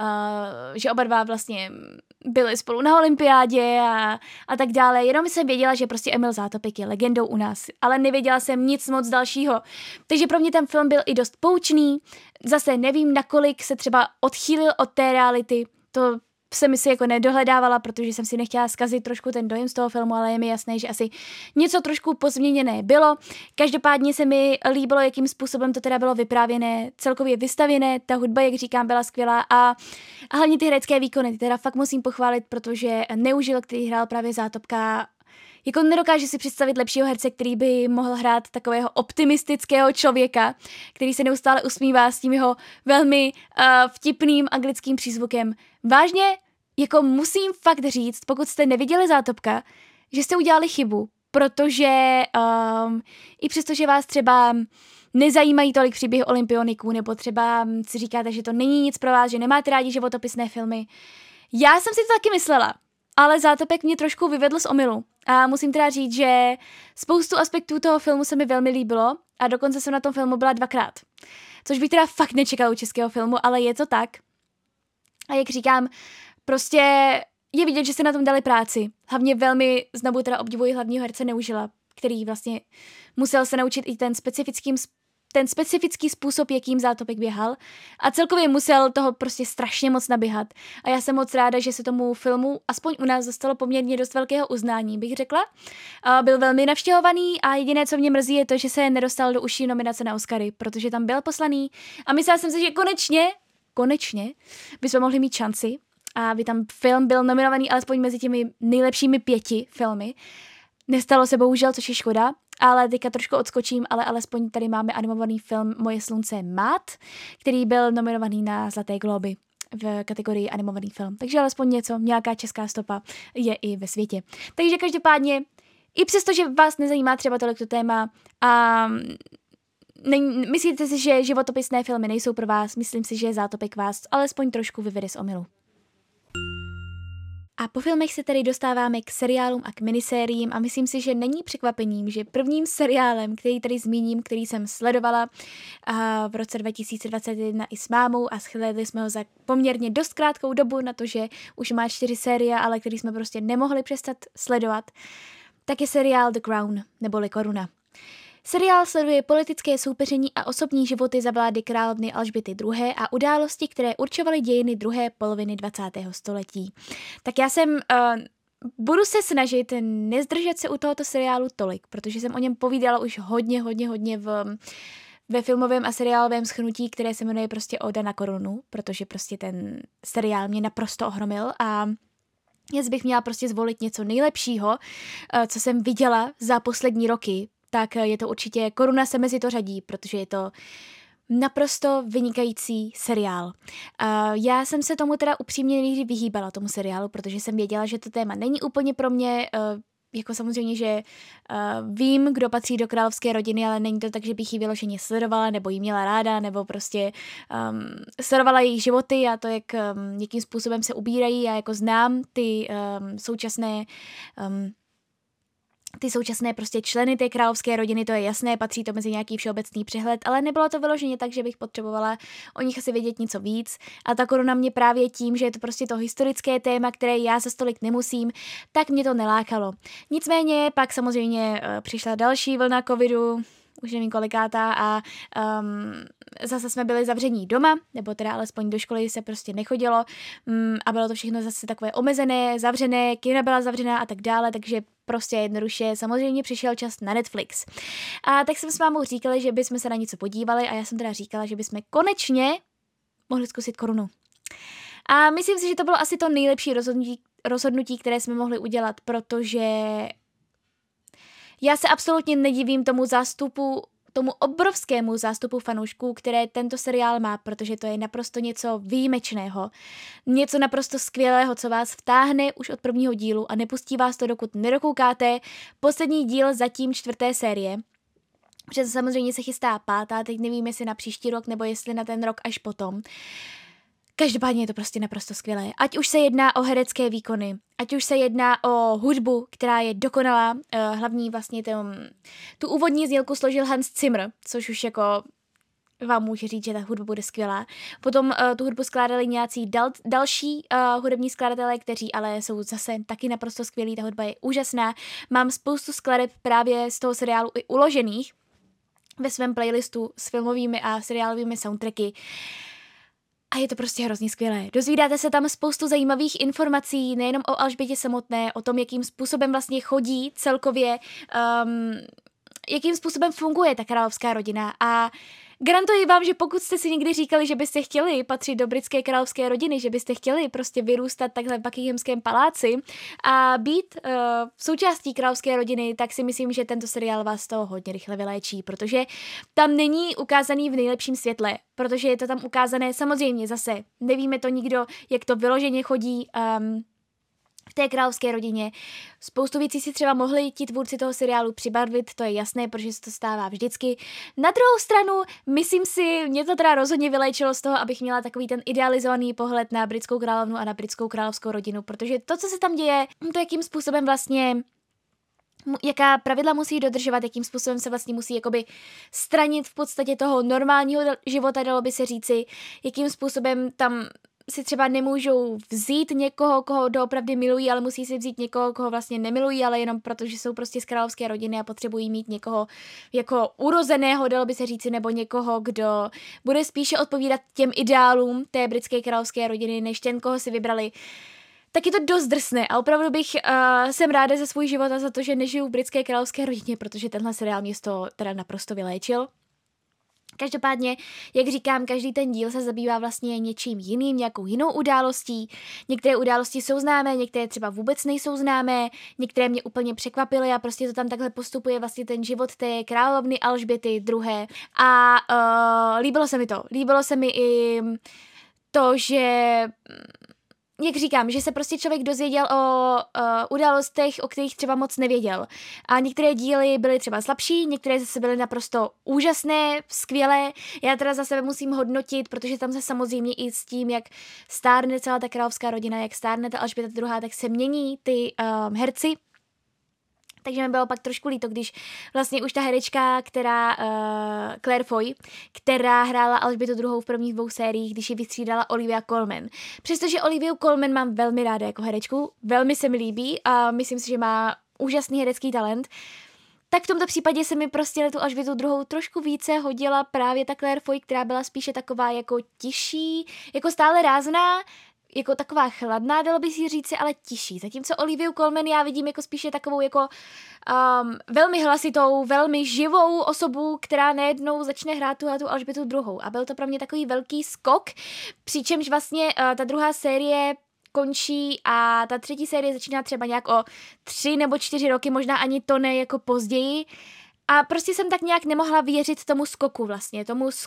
že oba dva vlastně byli spolu na olympiádě a tak dále. Jenom jsem věděla, že prostě Emil Zátopek je legendou u nás, ale nevěděla jsem nic moc dalšího. Takže pro mě ten film byl i dost poučný. Zase nevím, nakolik se třeba odchýlil od té reality, to se mi si jako nedohledávala, protože jsem si nechtěla zkazit trošku ten dojem z toho filmu, ale je mi jasné, že asi něco trošku pozměněné bylo. Každopádně se mi líbilo, jakým způsobem to teda bylo vyprávěné, celkově vystavěné, ta hudba, jak říkám, byla skvělá a hlavně ty herecké výkony, ty teda fakt musím pochválit, protože Neužil, který hrál právě Zátopka, jako nedokáže si představit lepšího herce, který by mohl hrát takového optimistického člověka, který se neustále usmívá s tím jeho velmi vtipným anglickým přízvukem. Vážně, jako musím fakt říct, pokud jste neviděli Zátopka, že jste udělali chybu, protože i přesto, že vás třeba nezajímají tolik příběhy olympioniků, nebo třeba si říkáte, že to není nic pro vás, že nemáte rádi životopisné filmy. Já jsem si to taky myslela, ale Zátopek mě trošku vyvedl z omylu. A musím teda říct, že spoustu aspektů toho filmu se mi velmi líbilo a dokonce jsem na tom filmu byla 2krát. Což bych teda fakt nečekala u českého filmu, ale je to tak. A jak říkám, prostě je vidět, že se na tom dali práci. Hlavně velmi znovu teda obdivuji hlavního herce Neužila, který vlastně musel se naučit i ten specifický způsob, jakým Zátopek běhal a celkově musel toho prostě strašně moc naběhat. A já jsem moc ráda, že se tomu filmu aspoň u nás dostalo poměrně dost velkého uznání, bych řekla. Byl velmi navštěvovaný a jediné, co mě mrzí, je to, že se nedostal do užší nominace na Oscary, protože tam byl poslaný a myslela jsem si, že konečně bychom mohli mít šanci, aby tam film byl nominovaný alespoň mezi těmi nejlepšími 5 filmy. Nestalo se bohužel, což je škoda, ale teďka trošku odskočím, ale alespoň tady máme animovaný film Moje slunce Mát, který byl nominovaný na Zlaté glóby v kategorii animovaný film. Takže alespoň něco, nějaká česká stopa je i ve světě. Takže každopádně, i přesto, že vás nezajímá třeba tolik to téma a myslíte si, že životopisné filmy nejsou pro vás, myslím si, že Zátopek vás alespoň trošku vyvede z omylu. A po filmech se tedy dostáváme k seriálům a k minisériím a myslím si, že není překvapením, že prvním seriálem, který tady zmíním, který jsem sledovala v roce 2021 i s mámou a shledali jsme ho za poměrně dost krátkou dobu na to, že už má 4 série, ale který jsme prostě nemohli přestat sledovat, tak je seriál The Crown, neboli Koruna. Seriál sleduje politické soupeření a osobní životy za vlády královny Alžběty II. A události, které určovaly dějiny druhé poloviny 20. století. Tak já budu se snažit nezdržet se u tohoto seriálu tolik, protože jsem o něm povídala už hodně ve filmovém a seriálovém shrnutí, které se jmenuje prostě Oda na korunu, protože prostě ten seriál mě naprosto ohromil a jestli bych měla prostě zvolit něco nejlepšího, co jsem viděla za poslední roky, tak je to určitě Koruna se mezi to řadí, protože je to naprosto vynikající seriál. Já jsem se tomu teda upřímně nejdřív vyhýbala, tomu seriálu, protože jsem věděla, že to téma není úplně pro mě, jako samozřejmě, že vím, kdo patří do královské rodiny, ale není to tak, že bych ji vyloženě sledovala, nebo ji měla ráda, nebo prostě sledovala jejich životy a to, jakým způsobem se ubírají a jako znám ty současné prostě členy té královské rodiny, to je jasné, patří to mezi nějaký všeobecný přehled, ale nebylo to vyloženě tak, že bych potřebovala o nich asi vědět něco víc. A ta Koruna mě právě tím, že je to prostě to historické téma, které já za stolik nemusím, tak mě to nelákalo. Nicméně pak samozřejmě přišla další vlna covidu, už nevím kolikátá a zase jsme byli zavření doma, nebo teda alespoň do školy se prostě nechodilo a bylo to všechno zase takové omezené, zavřené, kina byla zavřená a tak dále, takže prostě jednoduše samozřejmě přišel čas na Netflix. A tak jsme s mámou říkali, že bychom se na něco podívali a já jsem teda říkala, že bychom konečně mohli zkusit Korunu. A myslím si, že to bylo asi to nejlepší rozhodnutí, které jsme mohli udělat, protože já se absolutně nedivím tomu obrovskému zástupu fanoušků, které tento seriál má, protože to je naprosto něco výjimečného, něco naprosto skvělého, co vás vtáhne už od prvního dílu a nepustí vás to, dokud nedokoukáte poslední díl zatím 4. série. Protože samozřejmě se chystá 5., teď nevím, jestli na příští rok, nebo jestli na ten rok až potom. Každopádně je to prostě naprosto skvělé. Ať už se jedná o herecké výkony, ať už se jedná o hudbu, která je dokonalá, hlavní vlastně tu úvodní znělku složil Hans Zimmer, což už jako vám může říct, že ta hudba bude skvělá. Potom tu hudbu skládali nějací další hudební skladatelé, kteří ale jsou zase taky naprosto skvělí, ta hudba je úžasná. Mám spoustu skladeb právě z toho seriálu i uložených ve svém playlistu s filmovými a seriálovými soundtracky. A je to prostě hrozně skvělé. Dozvídáte se tam spoustu zajímavých informací, nejenom o Alžbětě samotné, o tom, jakým způsobem vlastně chodí celkově, jakým způsobem funguje ta královská rodina. A garantuji vám, že pokud jste si někdy říkali, že byste chtěli patřit do britské královské rodiny, že byste chtěli prostě vyrůstat takhle v Buckinghamském paláci a být součástí královské rodiny, tak si myslím, že tento seriál vás z toho hodně rychle vyléčí, protože tam není ukázaný v nejlepším světle, protože je to tam ukázané samozřejmě zase. Nevíme to nikdo, jak to vyloženě chodí v té královské rodině. Spoustu věcí si třeba mohli ti tvůrci toho seriálu přibarvit, to je jasné, protože se to stává vždycky. Na druhou stranu, myslím si, mě to teda rozhodně vyléčilo z toho, abych měla takový ten idealizovaný pohled na britskou královnu a na britskou královskou rodinu, protože to, co se tam děje, to jakým způsobem vlastně jaká pravidla musí dodržovat, jakým způsobem se vlastně musí jakoby stranit v podstatě toho normálního života, dalo by se říci, jakým způsobem tam si třeba nemůžou vzít někoho, koho doopravdy milují, ale musí si vzít někoho, koho vlastně nemilují, ale jenom proto, že jsou prostě z královské rodiny a potřebují mít někoho jako urozeného, dalo by se říci, nebo někoho, kdo bude spíše odpovídat těm ideálům té britské královské rodiny, než ten, koho si vybrali. Tak je to dost drsné a opravdu jsem ráda za svůj život a za to, že nežiju v britské královské rodině, protože tenhle seriál mě z toho teda naprosto vyléčil. Každopádně, jak říkám, každý ten díl se zabývá vlastně něčím jiným, nějakou jinou událostí. Některé události jsou známé, některé třeba vůbec nejsou známé, některé mě úplně překvapily a prostě to tam takhle postupuje vlastně ten život té královny Alžběty II. A líbilo se mi to. Líbilo se mi i to, že jak říkám, že se prostě člověk dozvěděl o událostech, o kterých třeba moc nevěděl. A některé díly byly třeba slabší, některé zase byly naprosto úžasné, skvělé. Já teda za sebe musím hodnotit, protože tam se samozřejmě i s tím, jak stárne celá ta královská rodina, jak stárne ta Alžběta II., tak se mění ty herci. Takže mi bylo pak trošku líto, když vlastně už ta herečka, Claire Foy, která hrála Alžbětu II. V prvních 2 sériích, když ji vystřídala Olivia Colman. Přestože Oliviu Colman mám velmi ráda jako herečku, velmi se mi líbí a myslím si, že má úžasný herecký talent, tak v tomto případě se mi prostě na tu Alžbětu II. Trošku více hodila právě ta Claire Foy, která byla spíše taková jako tiší, jako stále rázná, jako taková chladná, dalo by si říci, ale tiší. Zatímco Oliviu Colman já vidím jako spíše takovou jako velmi hlasitou, velmi živou osobu, která najednou začne hrát tu Alžbětu druhou. A byl to pro mě takový velký skok, přičemž vlastně ta druhá série končí a ta třetí série začíná třeba nějak o 3 nebo 4 roky, možná ani to ne jako později. A prostě jsem tak nějak nemohla věřit tomu skoku vlastně,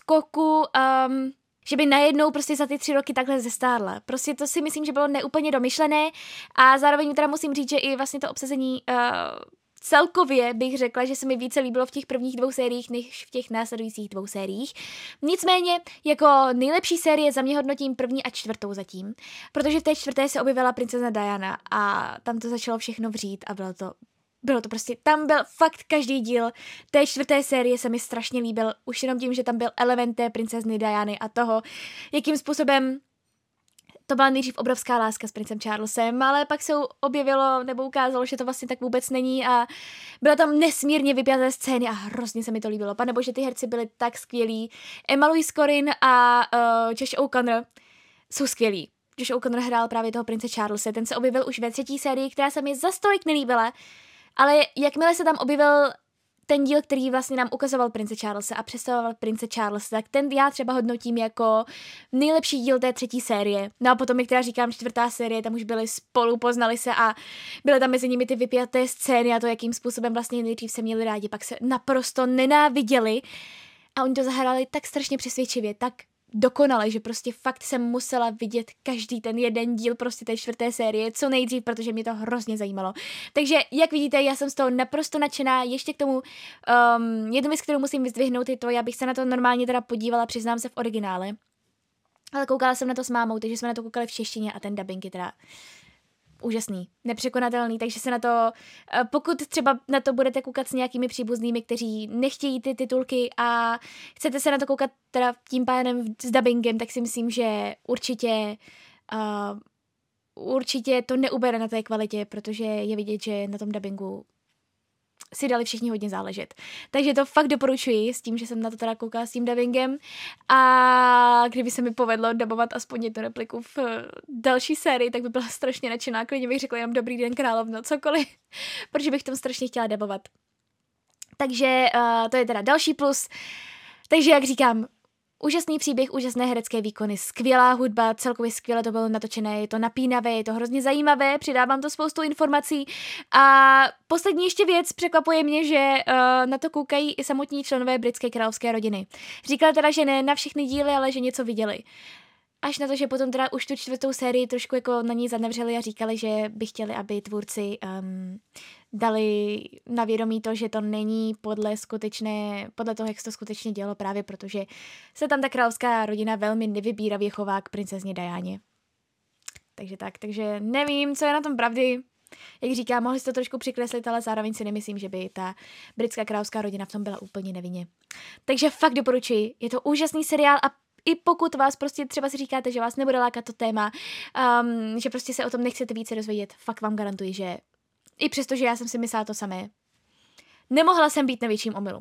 že by najednou prostě za ty 3 roky takhle zestárla. Prostě to si myslím, že bylo neúplně domyšlené a zároveň teda musím říct, že i vlastně to obsazení celkově bych řekla, že se mi více líbilo v těch prvních 2 sériích, než v těch následujících 2 sériích. Nicméně jako nejlepší série za mě hodnotím 1. a 4. zatím, protože v té 4. se objevila princezna Diana a tam to začalo všechno vřít a bylo to prostě, tam byl fakt každý díl té 4. série se mi strašně líbil, už jenom tím, že tam byl element té princezny Diany a toho, jakým způsobem to byla nejdřív obrovská láska s princem Charlesem, ale pak se objevilo nebo ukázalo, že to vlastně tak vůbec není a byla tam nesmírně vypjaté scény a hrozně se mi to líbilo. Panebože, ty herci byli tak skvělí. Emma Louise Corrin a Josh O'Connor jsou skvělí. Josh O'Connor hrál právě toho prince Charlese, ten se objevil už ve 3. sérii, která se mi za stolik nelíbila, ale jakmile se tam objevil ten díl, který vlastně nám ukazoval prince Charlese a představoval prince Charlese, tak ten já třeba hodnotím jako nejlepší díl té 3. série. No a potom, jak teda říkám, 4. série, tam už byli spolu, poznali se a byly tam mezi nimi ty vypjaté scény a to, jakým způsobem vlastně nejdřív se měli rádi, pak se naprosto nenáviděli a oni to zahráli tak strašně přesvědčivě, tak dokonale, že prostě fakt jsem musela vidět každý ten jeden díl prostě té 4. série co nejdřív, protože mě to hrozně zajímalo. Takže, jak vidíte, já jsem z toho naprosto nadšená. Ještě k tomu jednu věc, kterou musím vyzdvihnout, je to, já bych se na to normálně teda podívala, přiznám se, v originále. Ale koukala jsem na to s mámou, takže jsme na to koukali v češtině a ten dubbing je teda úžasný, nepřekonatelný, takže se na to, pokud třeba na to budete koukat s nějakými příbuznými, kteří nechtějí ty titulky a chcete se na to koukat teda tím pádem s dubbingem, tak si myslím, že určitě to neubere na té kvalitě, protože je vidět, že na tom dubbingu si dali všichni hodně záležet. Takže to fakt doporučuji s tím, že jsem na to teda koukala s tím dubbingem a kdyby se mi povedlo dabovat aspoň jednu repliku v další sérii, tak by byla strašně nadšená. Klidně bych řekla jenom dobrý den královno, cokoliv, protože bych tam strašně chtěla dabovat. Takže to je teda další plus. Takže jak říkám, úžasný příběh, úžasné herecké výkony, skvělá hudba, celkově skvěle to bylo natočené, je to napínavé, je to hrozně zajímavé, přidávám to spoustu informací a poslední ještě věc, překvapuje mě, že na to koukají i samotní členové britské královské rodiny. Říkala teda, že ne na všechny díly, ale že něco viděli. Až na to, že potom teda už tu 4. sérii trošku jako na ní zanevřeli a říkali, že by chtěli, aby tvůrci dali na vědomí to, že to není podle toho, jak se to skutečně dělo, právě protože se tam ta královská rodina velmi nevybíravě chová k princezně Dianě. Takže nevím, co je na tom pravdy. Jak říkám, mohli jste to trošku přikreslit, ale zároveň si nemyslím, že by ta britská královská rodina v tom byla úplně nevinně. Takže fakt doporučuji, je to úžasný seriál a i pokud vás prostě třeba si říkáte, že vás nebude lákat to téma, že prostě se o tom nechcete více dozvědět, fakt vám garantuji, že i přesto, že já jsem si myslela to samé, nemohla jsem být na větším omylu.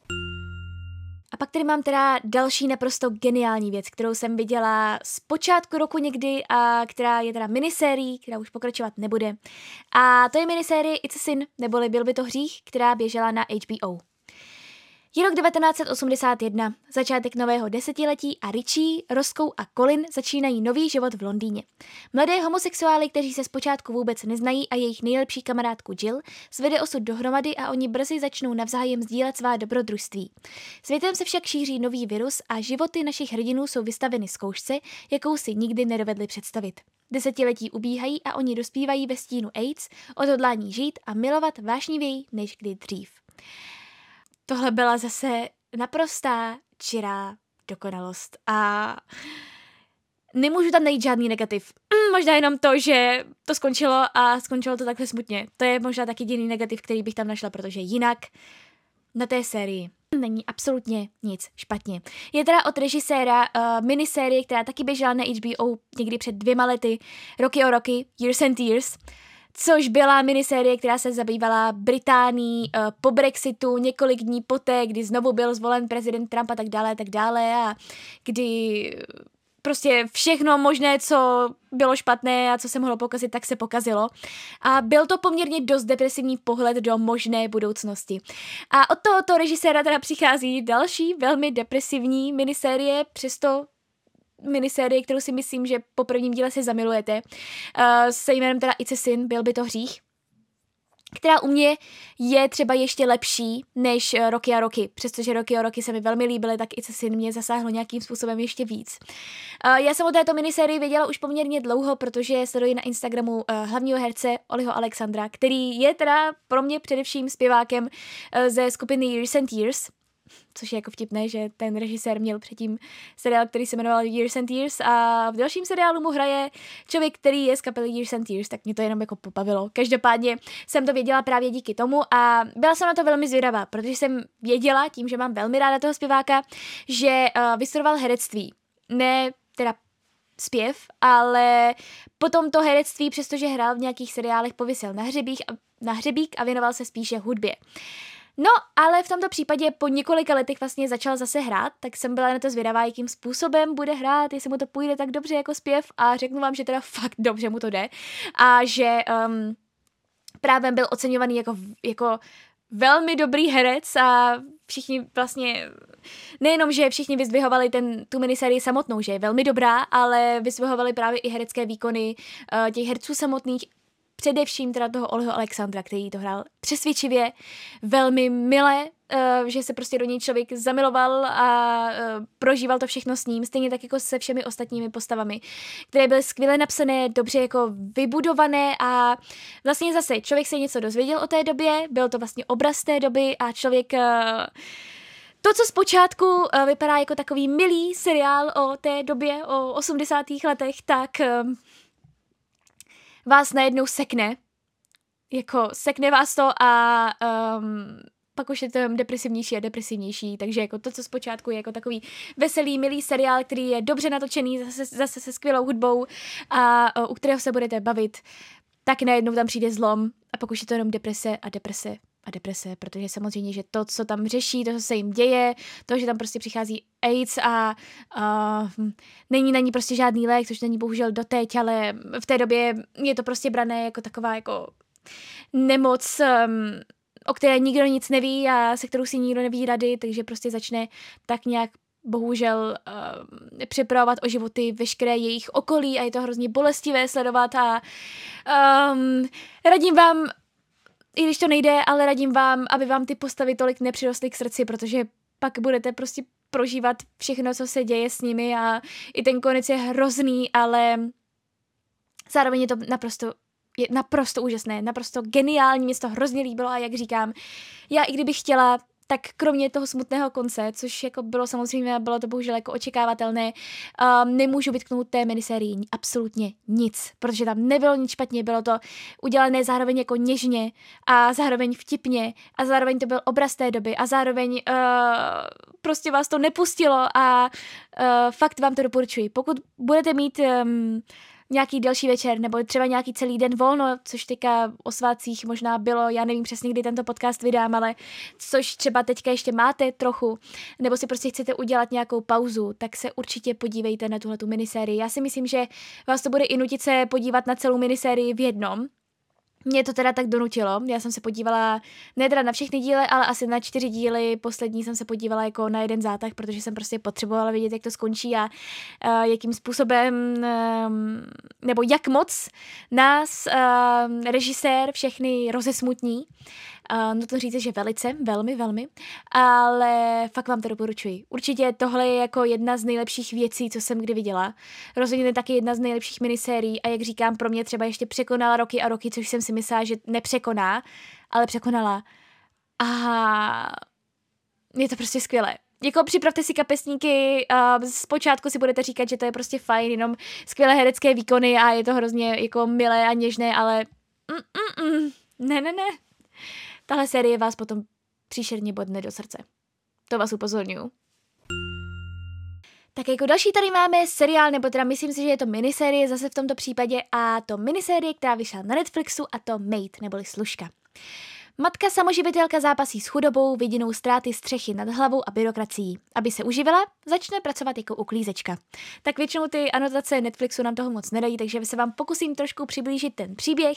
A pak tady mám teda další naprosto geniální věc, kterou jsem viděla z počátku roku někdy a která je teda minisérií, která už pokračovat nebude. A to je minisérie It's a Sin, neboli Byl by to hřích, která běžela na HBO. Je rok 1981, začátek nového desetiletí a Richie, Roscoe a Colin začínají nový život v Londýně. Mladé homosexuály, kteří se zpočátku vůbec neznají a jejich nejlepší kamarádku Jill, svede osud dohromady a oni brzy začnou navzájem sdílet svá dobrodružství. Světem se však šíří nový virus a životy našich hrdinů jsou vystaveny zkoušce, jakou si nikdy nedovedli představit. Desetiletí ubíhají a oni dospívají ve stínu AIDS, odhodlání žít a milovat vášnivěji než kdy dřív. Tohle byla zase naprostá čirá dokonalost a nemůžu tam najít žádný negativ. Možná jenom to, že to skončilo a skončilo to takhle smutně. To je možná tak jediný negativ, který bych tam našla, protože jinak na té sérii není absolutně nic špatně. Je teda od režiséra minisérie, která taky běžela na HBO někdy před 2 lety, Roky o roky, Years and Tears, což byla minisérie, která se zabývala Británií po Brexitu několik dní poté, kdy znovu byl zvolen prezident Trump a tak dále a kdy prostě všechno možné, co bylo špatné a co se mohlo pokazit, tak se pokazilo. A byl to poměrně dost depresivní pohled do možné budoucnosti. A od tohoto režiséra teda přichází další velmi depresivní minisérie, přesto minisérie, kterou si myslím, že po prvním díle si zamilujete, se jménem teda It's a Sin, byl by to hřích, která u mě je třeba ještě lepší než Roky a roky. Přestože Roky a roky se mi velmi líbily, tak It's a Sin mě zasáhlo nějakým způsobem ještě víc. Já jsem o této minisérii věděla už poměrně dlouho, protože sleduji na Instagramu hlavního herce Oliho Alexandra, který je teda pro mě především zpěvákem ze skupiny Years and Years, což je jako vtipné, že ten režisér měl předtím seriál, který se jmenoval Years and Years a v dalším seriálu mu hraje člověk, který je z kapely Years and Years, tak mě to jenom jako pobavilo. Každopádně jsem to věděla právě díky tomu a byla jsem na to velmi zvědavá, protože jsem věděla, tím, že mám velmi ráda toho zpěváka, že vystudoval herectví. Ne teda zpěv, ale potom to herectví, přestože hrál v nějakých seriálech, povisel na hřebík a věnoval se spíše hudbě. No, ale v tomto případě po několika letech vlastně začal zase hrát, tak jsem byla na to zvědavá, jakým způsobem bude hrát, jestli mu to půjde tak dobře jako zpěv a řeknu vám, že teda fakt dobře mu to jde a že právě byl oceňovaný jako velmi dobrý herec a všichni vlastně, nejenom, že všichni vyzdvihovali tu minisérii samotnou, že je velmi dobrá, ale vyzdvihovali právě i herecké výkony těch herců samotných, především teda toho Oliho Alexandra, který to hrál přesvědčivě, velmi mile, že se prostě do něj člověk zamiloval a prožíval to všechno s ním, stejně tak jako se všemi ostatními postavami, které byly skvěle napsané, dobře jako vybudované a vlastně zase člověk se něco dozvěděl o té době, byl to vlastně obraz té doby a člověk to, co zpočátku vypadá jako takový milý seriál o té době, o 80. letech, tak vás najednou sekne. Jako sekne vás to a pak už je to depresivnější a depresivnější, takže jako to, co zpočátku je jako takový veselý, milý seriál, který je dobře natočený, zase se skvělou hudbou a u kterého se budete bavit, tak najednou tam přijde zlom a pak už je to jenom deprese a deprese a deprese, protože samozřejmě, že to, co tam řeší, to, co se jim děje, to, že tam prostě přichází AIDS a není na ní prostě žádný lék, což není bohužel doteď, ale v té době je to prostě brané jako taková jako nemoc, o které nikdo nic neví a se kterou si nikdo neví rady, takže prostě začne tak nějak bohužel připravovat o životy veškeré jejich okolí a je to hrozně bolestivé sledovat a radím vám, i když to nejde, ale radím vám, aby vám ty postavy tolik nepřirostly k srdci, protože pak budete prostě prožívat všechno, co se děje s nimi a i ten konec je hrozný, ale zároveň je to naprosto úžasné, naprosto geniální, mě se to hrozně líbilo a jak říkám, já i kdybych chtěla, tak kromě toho smutného konce, což jako bylo samozřejmě, bylo to bohužel jako očekávatelné, nemůžu vytknout té minisérii absolutně nic, protože tam nebylo nic špatně, bylo to udělané zároveň jako něžně a zároveň vtipně a zároveň to byl obraz té doby a zároveň prostě vás to nepustilo a fakt vám to doporučuji. Pokud budete mít nějaký delší večer, nebo třeba nějaký celý den volno, což teďka o svátcích možná bylo, já nevím přesně, kdy tento podcast vydám, ale což třeba teďka ještě máte trochu, nebo si prostě chcete udělat nějakou pauzu, tak se určitě podívejte na tuhletu minisérii. Já si myslím, že vás to bude i nutit se podívat na celou minisérii v jednom. Mě to teda tak donutilo, já jsem se podívala, ne teda na všechny díly, ale asi na 4 díly, poslední jsem se podívala jako na jeden zátah, protože jsem prostě potřebovala vidět, jak to skončí a jakým způsobem, nebo jak moc nás režisér všechny rozesmutní. No to říct, že velice, velmi, velmi, ale fakt vám to doporučuji. Určitě tohle je jako jedna z nejlepších věcí, co jsem kdy viděla. Rozhodně taky jedna z nejlepších minisérií a jak říkám, pro mě třeba ještě překonala Roky a roky, což jsem si myslela, že nepřekoná, ale překonala. A je to prostě skvělé. Jako připravte si kapesníky, zpočátku si budete říkat, že to je prostě fajn, jenom skvělé herecké výkony a je to hrozně jako milé a něžné, ale ne. Tahle série vás potom příšerně bodne do srdce. To vás upozorňuji. Tak jako další tady máme seriál, nebo teda myslím si, že je to minisérie zase v tomto případě a to minisérie, která vyšla na Netflixu a to Maid, neboli Služka. Matka samoživitelka zápasí s chudobou, vidinou ztráty střechy nad hlavou a byrokracií. Aby se uživila, začne pracovat jako uklízečka. Tak většinou ty anotace Netflixu nám toho moc nedají, takže se vám pokusím trošku přiblížit ten příběh.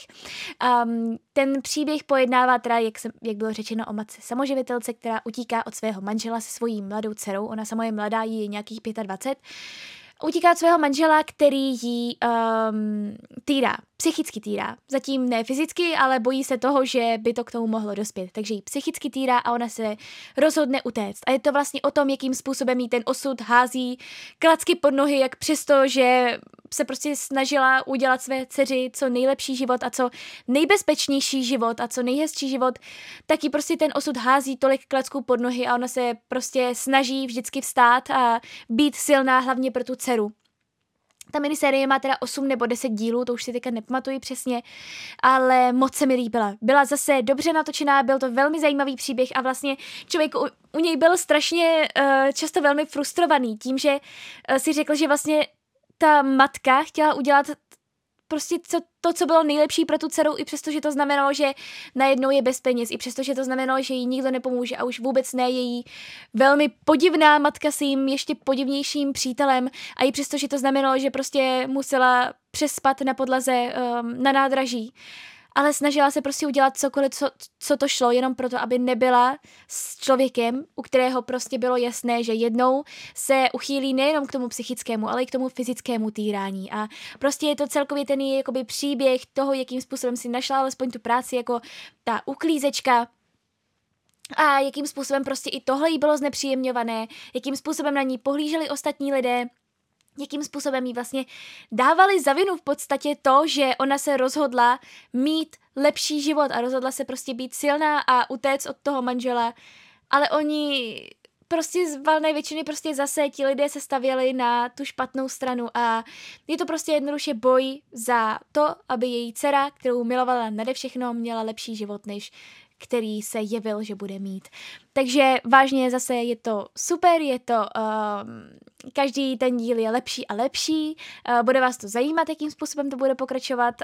Ten příběh pojednává teda, jak bylo řečeno, o matce samoživitelce, která utíká od svého manžela se svojí mladou dcerou. Ona sama je mladá, jí je nějakých 25. Utíká od svého manžela, který ji týrá, psychicky týrá. Zatím ne fyzicky, ale bojí se toho, že by to k tomu mohlo dospět. Takže ji psychicky týrá a ona se rozhodne utéct. A je to vlastně o tom, jakým způsobem jí ten osud hází klacky pod nohy, jak přesto, že se prostě snažila udělat své dceři co nejlepší život a co nejbezpečnější život a co nejhezčí život, tak jí prostě ten osud hází tolik klacků pod nohy a ona se prostě snaží vždycky vstát a být silná hlavně pro tu dceru. Ta minisérie má teda 8 nebo 10 dílů, to už si teďka nepamatuji přesně, ale moc se mi líbila. Byla zase dobře natočená, byl to velmi zajímavý příběh a vlastně člověk u něj byl strašně často velmi frustrovaný tím, že si řekl, že vlastně ta matka chtěla udělat prostě to, co bylo nejlepší pro tu dceru, i přesto, že to znamenalo, že najednou je bez peněz, i přesto, že to znamenalo, že jí nikdo nepomůže a už vůbec ne její velmi podivná matka s jím ještě podivnějším přítelem a i přesto, že to znamenalo, že prostě musela přespat na podlaze na nádraží. Ale snažila se prostě udělat cokoliv, co to šlo, jenom proto, aby nebyla s člověkem, u kterého prostě bylo jasné, že jednou se uchýlí nejenom k tomu psychickému, ale i k tomu fyzickému týrání. A prostě je to celkově ten jakoby příběh toho, jakým způsobem si našla alespoň tu práci jako ta uklízečka, a jakým způsobem prostě i tohle jí bylo znepříjemňované, jakým způsobem na ní pohlíželi ostatní lidé, jakým způsobem jí vlastně dávali za vinu v podstatě to, že ona se rozhodla mít lepší život a rozhodla se prostě být silná a utéct od toho manžela, ale oni prostě z valné většiny prostě zase ti lidé se stavěli na tu špatnou stranu a je to prostě jednoduše boj za to, aby její dcera, kterou milovala nade všechno, měla lepší život, než který se jevil, že bude mít. Takže vážně zase je to super, je to každý ten díl je lepší a lepší, bude vás to zajímat, jakým způsobem to bude pokračovat.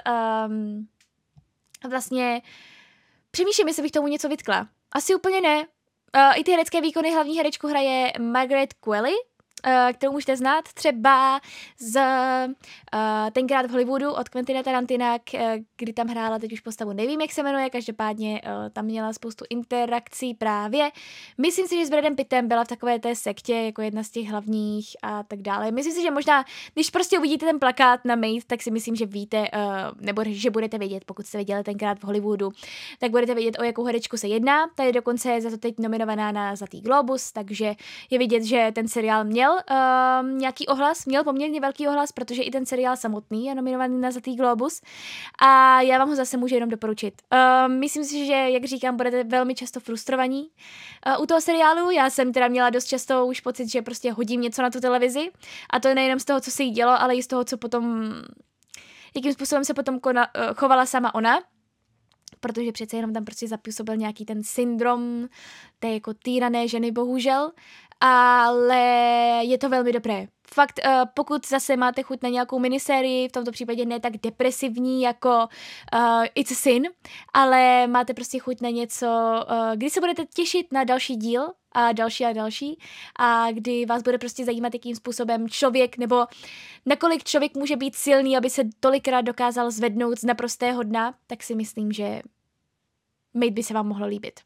Vlastně přemýšlím, jestli bych tomu něco vytkla. Asi úplně ne. I ty herecké výkony hlavní herečku hraje Margaret Qualley, kterou můžete znát třeba z Tenkrát v Hollywoodu od Quentina Tarantina, kdy tam hrála teď už postavu, nevím, jak se jmenuje, každopádně tam měla spoustu interakcí právě. Myslím si, že s Bradem Pittem byla v takové té sektě jako jedna z těch hlavních a tak dále. Myslím si, že možná, když prostě uvidíte ten plakát na Made, tak si myslím, že víte, nebo že budete vědět, pokud jste viděli Tenkrát v Hollywoodu, tak budete vědět, o jakou herečku se jedná. Tady dokonce je za to teď nominovaná na Zlatý glóbus, takže je vidět, že ten seriál měl nějaký ohlas, měl poměrně velký ohlas, protože i ten seriál samotný je nominovaný na Zlatý glóbus a já vám ho zase můžu jenom doporučit. Myslím si, že, jak říkám, budete velmi často frustrovaní u toho seriálu. Já jsem teda měla dost často už pocit, že prostě hodím něco na tu televizi a to nejenom z toho, co se jí dělo, ale i z toho, co potom, jakým způsobem se potom chovala sama ona. Protože přece jenom tam prostě zapůsobil nějaký ten syndrom té jako týrané ženy, bohužel, ale je to velmi dobré. Fakt, pokud zase máte chuť na nějakou minisérii, v tomto případě ne tak depresivní jako It's a Sin, ale máte prostě chuť na něco, kdy se budete těšit na další díl a další a kdy vás bude prostě zajímat, jakým způsobem člověk nebo nakolik člověk může být silný, aby se tolikrát dokázal zvednout z naprostého dna, tak si myslím, že Made by se vám mohlo líbit.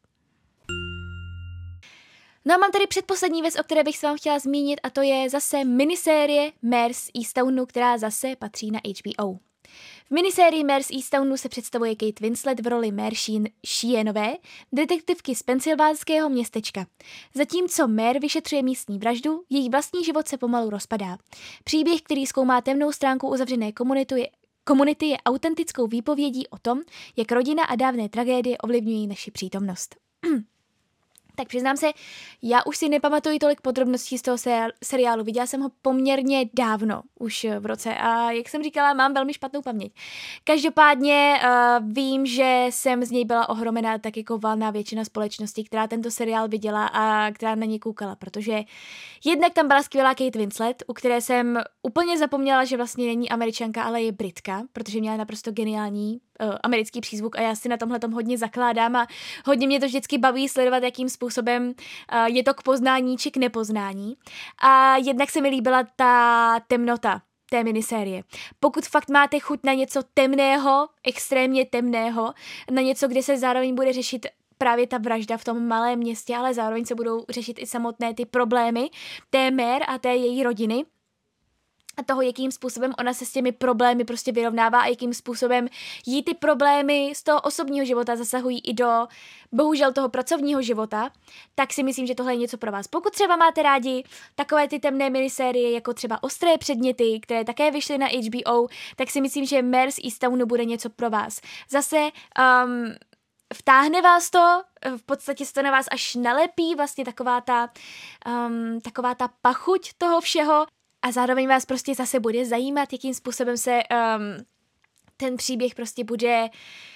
No a mám tady předposlední věc, o které bych se vám chtěla zmínit a to je zase minisérie Mare z Easttownu, která zase patří na HBO. V minisérii Mare z Easttownu se představuje Kate Winslet v roli Mare Sheehanové, detektivky z pensylvánského městečka. Zatímco Mare vyšetřuje místní vraždu, její vlastní život se pomalu rozpadá. Příběh, který zkoumá temnou stránku uzavřené komunity je autentickou výpovědí o tom, jak rodina a dávné tragédie ovlivňují naši přítomnost. Tak přiznám se, já už si nepamatuji tolik podrobností z toho seriálu, viděla jsem ho poměrně dávno, už v roce a jak jsem říkala, mám velmi špatnou paměť. Každopádně vím, že jsem z něj byla ohromená tak jako valná většina společnosti, která tento seriál viděla a která na něj koukala, protože jednak tam byla skvělá Kate Winslet, u které jsem úplně zapomněla, že vlastně není Američanka, ale je Britka, protože měla naprosto geniální americký přízvuk a já si na tomhle tom hodně zakládám a hodně mě to vždycky baví sledovat, jakým způsobem je to k poznání či k nepoznání. A jednak se mi líbila ta temnota té minisérie. Pokud fakt máte chuť na něco temného, extrémně temného, na něco, kde se zároveň bude řešit právě ta vražda v tom malém městě, ale zároveň se budou řešit i samotné ty problémy té Mare a té její rodiny, a toho, jakým způsobem ona se s těmi problémy prostě vyrovnává a jakým způsobem jí ty problémy z toho osobního života zasahují i do, bohužel, toho pracovního života, tak si myslím, že tohle je něco pro vás. Pokud třeba máte rádi takové ty temné minisérie, jako třeba Ostré předměty, které také vyšly na HBO, tak si myslím, že Mare z Easttownu bude něco pro vás. Zase vtáhne vás to, v podstatě se to na vás až nalepí, vlastně taková ta pachuť toho všeho, a zároveň vás prostě zase bude zajímat, jakým způsobem se ten příběh prostě bude,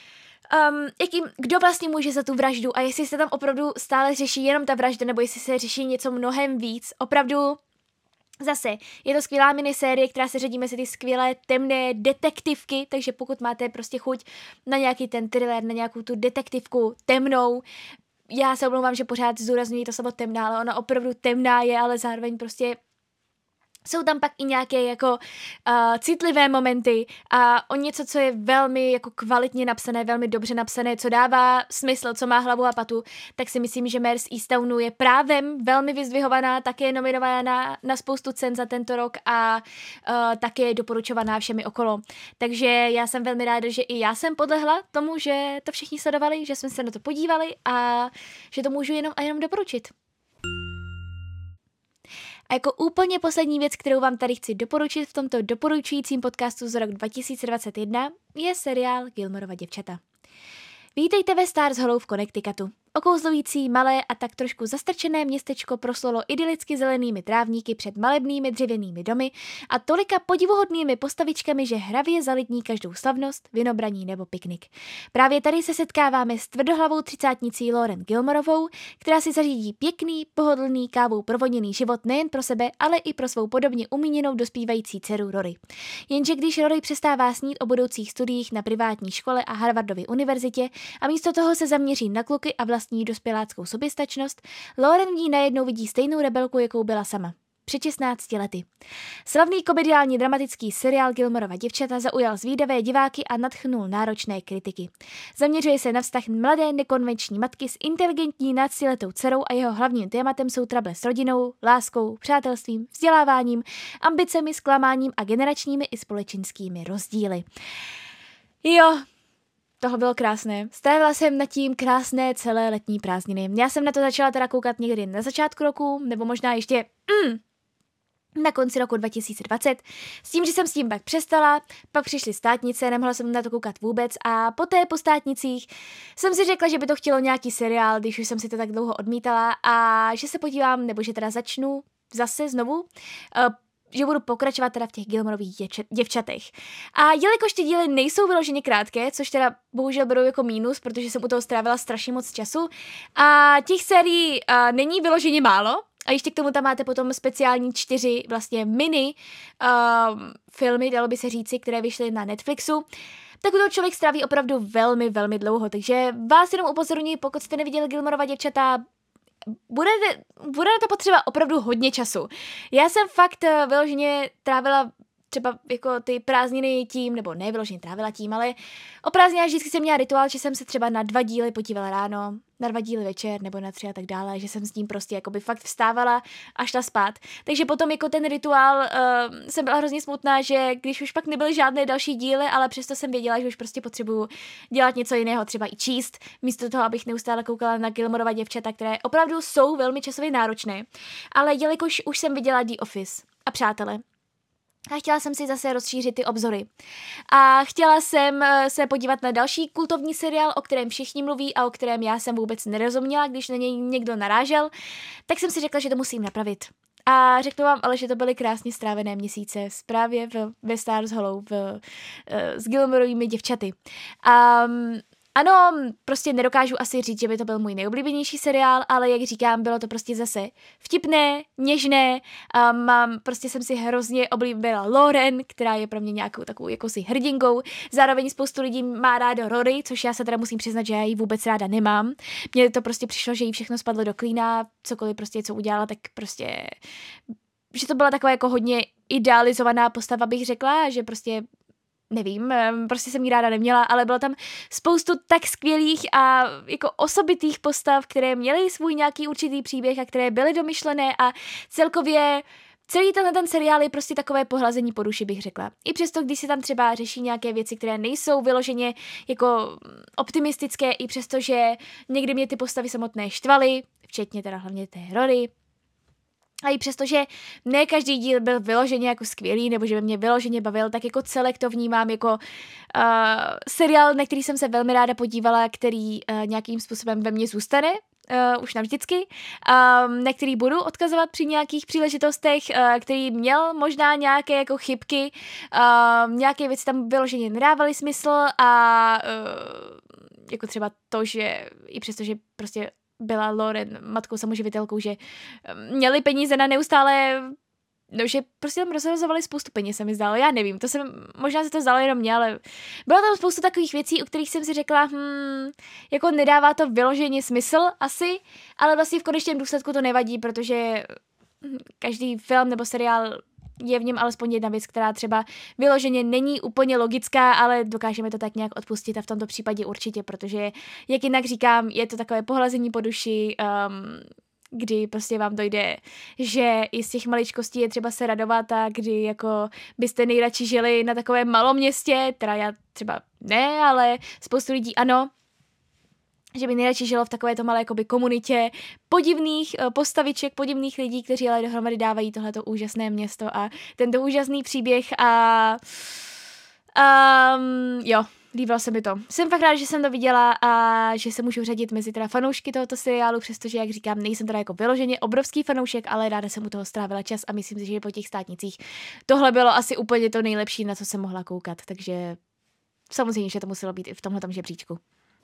kdo vlastně může za tu vraždu a jestli se tam opravdu stále řeší jenom ta vražda, nebo jestli se řeší něco mnohem víc. Opravdu zase, je to skvělá minisérie, která se řadí mezi ty skvělé temné detektivky, takže pokud máte prostě chuť na nějaký ten thriller, na nějakou tu detektivku temnou, já se omlouvám, že pořád zdůrazňuji to slovo temná, ale ona opravdu temná je, ale zároveň prostě jsou tam pak i nějaké jako citlivé momenty a o něco, co je velmi jako kvalitně napsané, velmi dobře napsané, co dává smysl, co má hlavu a patu, tak si myslím, že Mare z Easttownu je právem velmi vyzdvihovaná, také nominovaná na spoustu cen za tento rok a také je doporučovaná všemi okolo. Takže já jsem velmi ráda, že i já jsem podlehla tomu, že to všichni sledovali, že jsme se na to podívali a že to můžu jenom a jenom doporučit. A jako úplně poslední věc, kterou vám tady chci doporučit v tomto doporučujícím podcastu z rok 2021, je seriál Gilmorova děvčata. Vítejte ve Stars Hollow v Connecticutu. Okouzlující, malé a tak trošku zastrčené městečko proslulo idylicky zelenými trávníky před malebnými dřevěnými domy a tolika podivuhodnými postavičkami, že hravě zalitní každou slavnost, vinobraní nebo piknik. Právě tady se setkáváme s tvrdohlavou třicátnicí Lauren Gilmorovou, která si zařídí pěkný, pohodlný, kávou provoněný život nejen pro sebe, ale i pro svou podobně umíněnou dospívající dceru Rory. Jenže když Rory přestává snít o budoucích studiích na privátní škole a Harvardově univerzitě a místo toho se zaměří na kluky a vlastní dospěláckou soběstačnost, Lauren v ní najednou vidí stejnou rebelku, jakou byla sama. Před 16 lety. Slavný komediální dramatický seriál Gilmorova děvčata zaujal zvídavé diváky a nadchnul náročné kritiky. Zaměřuje se na vztah mladé nekonvenční matky s inteligentní náctiletou dcerou a jeho hlavním tématem jsou trable s rodinou, láskou, přátelstvím, vzděláváním, ambicemi, zklamáním a generačními i společenskými rozdíly. Jo, tohle bylo krásné. Strávila jsem nad tím krásné celé letní prázdniny. Já jsem na to začala teda koukat někdy na začátku roku, nebo možná ještě na konci roku 2020, s tím, že jsem s tím pak přestala, pak přišly státnice, nemohla jsem na to koukat vůbec a poté po státnicích jsem si řekla, že by to chtělo nějaký seriál, když už jsem si to tak dlouho odmítala a že se podívám, nebo že teda začnu zase znovu, že budu pokračovat teda v těch Gilmorových děvčatech. A jelikož ty díly nejsou vyloženě krátké, což teda bohužel beru jako mínus, protože jsem u toho strávila strašně moc času, a těch sérií není vyloženě málo, a ještě k tomu tam máte potom speciální 4 vlastně mini filmy, dalo by se říci, které vyšly na Netflixu, tak to člověk stráví opravdu velmi, velmi dlouho. Takže vás jenom upozorňuji, pokud jste neviděli Gilmorova děvčata, bude na to potřeba opravdu hodně času. Já jsem fakt vyloženě trávila třeba jako ty prázdniny tím, nebo ne vyloženě trávila tím, ale o prázdninách vždycky jsem měla rituál, že jsem se třeba na 2 díly podívala ráno, na 2 díly večer, nebo na 3 a tak dále, že jsem s tím prostě jakoby fakt vstávala a šla spát. Takže potom jako ten rituál jsem byla hrozně smutná, že když už pak nebyly žádné další díly, ale přesto jsem věděla, že už prostě potřebuju dělat něco jiného, třeba i číst, místo toho, abych neustále koukala na Gilmorova děvčata, které opravdu jsou velmi časově náročné. Ale jelikož už jsem viděla The Office a Přátelé, a chtěla jsem si zase rozšířit ty obzory. A chtěla jsem se podívat na další kultovní seriál, o kterém všichni mluví a o kterém já jsem vůbec nerozuměla, když na něj někdo narážel, tak jsem si řekla, že to musím napravit. A řeknu vám ale, že to byly krásně strávené měsíce právě ve Stars Hollow s Gilmorovými děvčaty. ano, prostě nedokážu asi říct, že by to byl můj nejoblíbenější seriál, ale jak říkám, bylo to prostě zase vtipné, něžné, prostě jsem si hrozně oblíbila Lauren, která je pro mě nějakou takovou jakousi hrdinkou, zároveň spoustu lidí má rádo Rory, což já se teda musím přiznat, že já ji vůbec ráda nemám. Mně to prostě přišlo, že jí všechno spadlo do klína, cokoliv prostě, co udělala, tak prostě, že to byla taková jako hodně idealizovaná postava, bych řekla, že prostě nevím, prostě jsem jí ráda neměla, ale bylo tam spoustu tak skvělých a jako osobitých postav, které měly svůj nějaký určitý příběh a které byly domyšlené a celkově celý ten seriál je prostě takové pohlazení po duši, bych řekla. I přesto, když se tam třeba řeší nějaké věci, které nejsou vyloženě jako optimistické, i přesto, že někdy mě ty postavy samotné štvaly, včetně teda hlavně té Rory. A i přesto, že ne každý díl byl vyloženě jako skvělý, nebo že by mě vyloženě bavil, tak jako celek to vnímám jako seriál, na který jsem se velmi ráda podívala, který nějakým způsobem ve mně zůstane, už navždycky, na který budu odkazovat při nějakých příležitostech, který měl možná nějaké jako chybky, nějaké věci tam vyloženě nedávaly smysl a jako třeba to, že i přesto, že prostě byla Lauren matkou samoživitelkou, že měli peníze na neustále, no, že prostě tam rozhazovali spoustu peněz, se mi zdálo, já nevím, možná se to zdalo jenom mě, ale bylo tam spoustu takových věcí, u kterých jsem si řekla, jako nedává to vyloženě smysl asi, ale vlastně v konečném důsledku to nevadí, protože každý film nebo seriál je v něm alespoň jedna věc, která třeba vyloženě není úplně logická, ale dokážeme to tak nějak odpustit a v tomto případě určitě, protože jak jinak říkám, je to takové pohlazení po duši, kdy prostě vám dojde, že i z těch maličkostí je třeba se radovat a kdy jako byste nejradši žili na takovém malom městě, teda já třeba ne, ale spoustu lidí ano, že by nejradši žilo v takovéto malé jakoby komunitě podivných postaviček, podivných lidí, kteří ale dohromady dávají tohleto úžasné město a tento úžasný příběh a jo, líbilo se mi to. Jsem fakt ráda, že jsem to viděla a že se můžu řadit mezi teda fanoušky tohoto seriálu, přestože, jak říkám, nejsem teda jako vyloženě obrovský fanoušek, ale ráda jsem u toho strávila čas a myslím si, že po těch státnicích tohle bylo asi úplně to nejlepší, na co jsem mohla koukat, takže samozřejmě, že to muselo být i v tomhletom žebříčku.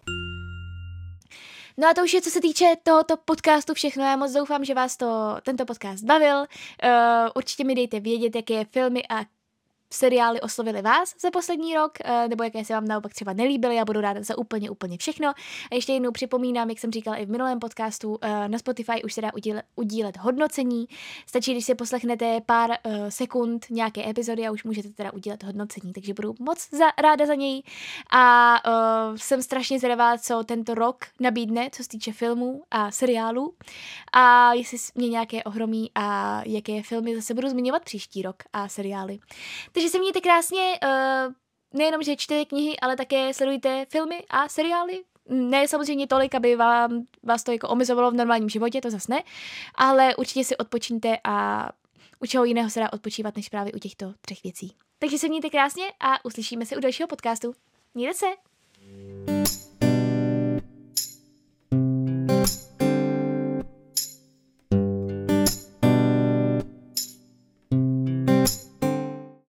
No a to už je, co se týče tohoto podcastu všechno. Já moc doufám, že vás tento podcast bavil. Určitě mi dejte vědět, jaké filmy a seriály oslovily vás za poslední rok, nebo jaké se vám naopak třeba nelíbily, já budu ráda za úplně všechno. A ještě jednou připomínám, jak jsem říkala i v minulém podcastu, na Spotify už se dá udílet hodnocení. Stačí, když si poslechnete pár sekund nějaké epizody a už můžete teda udílet hodnocení, takže budu moc ráda za něj. A jsem strašně zvědavá, co tento rok nabídne, co se týče filmů a seriálů. A jestli mě nějaké ohromí a jaké filmy zase budu zmiňovat příští rok a seriály. Takže se mějte krásně, nejenom, že čtete knihy, ale také sledujte filmy a seriály. Ne samozřejmě tolik, aby vás to jako omezovalo v normálním životě, to zase ne, ale určitě si odpočíňte a u čeho jiného se dá odpočívat, než právě u těchto 3 věcí. Takže se mějte krásně a uslyšíme se u dalšího podcastu. Mějte se!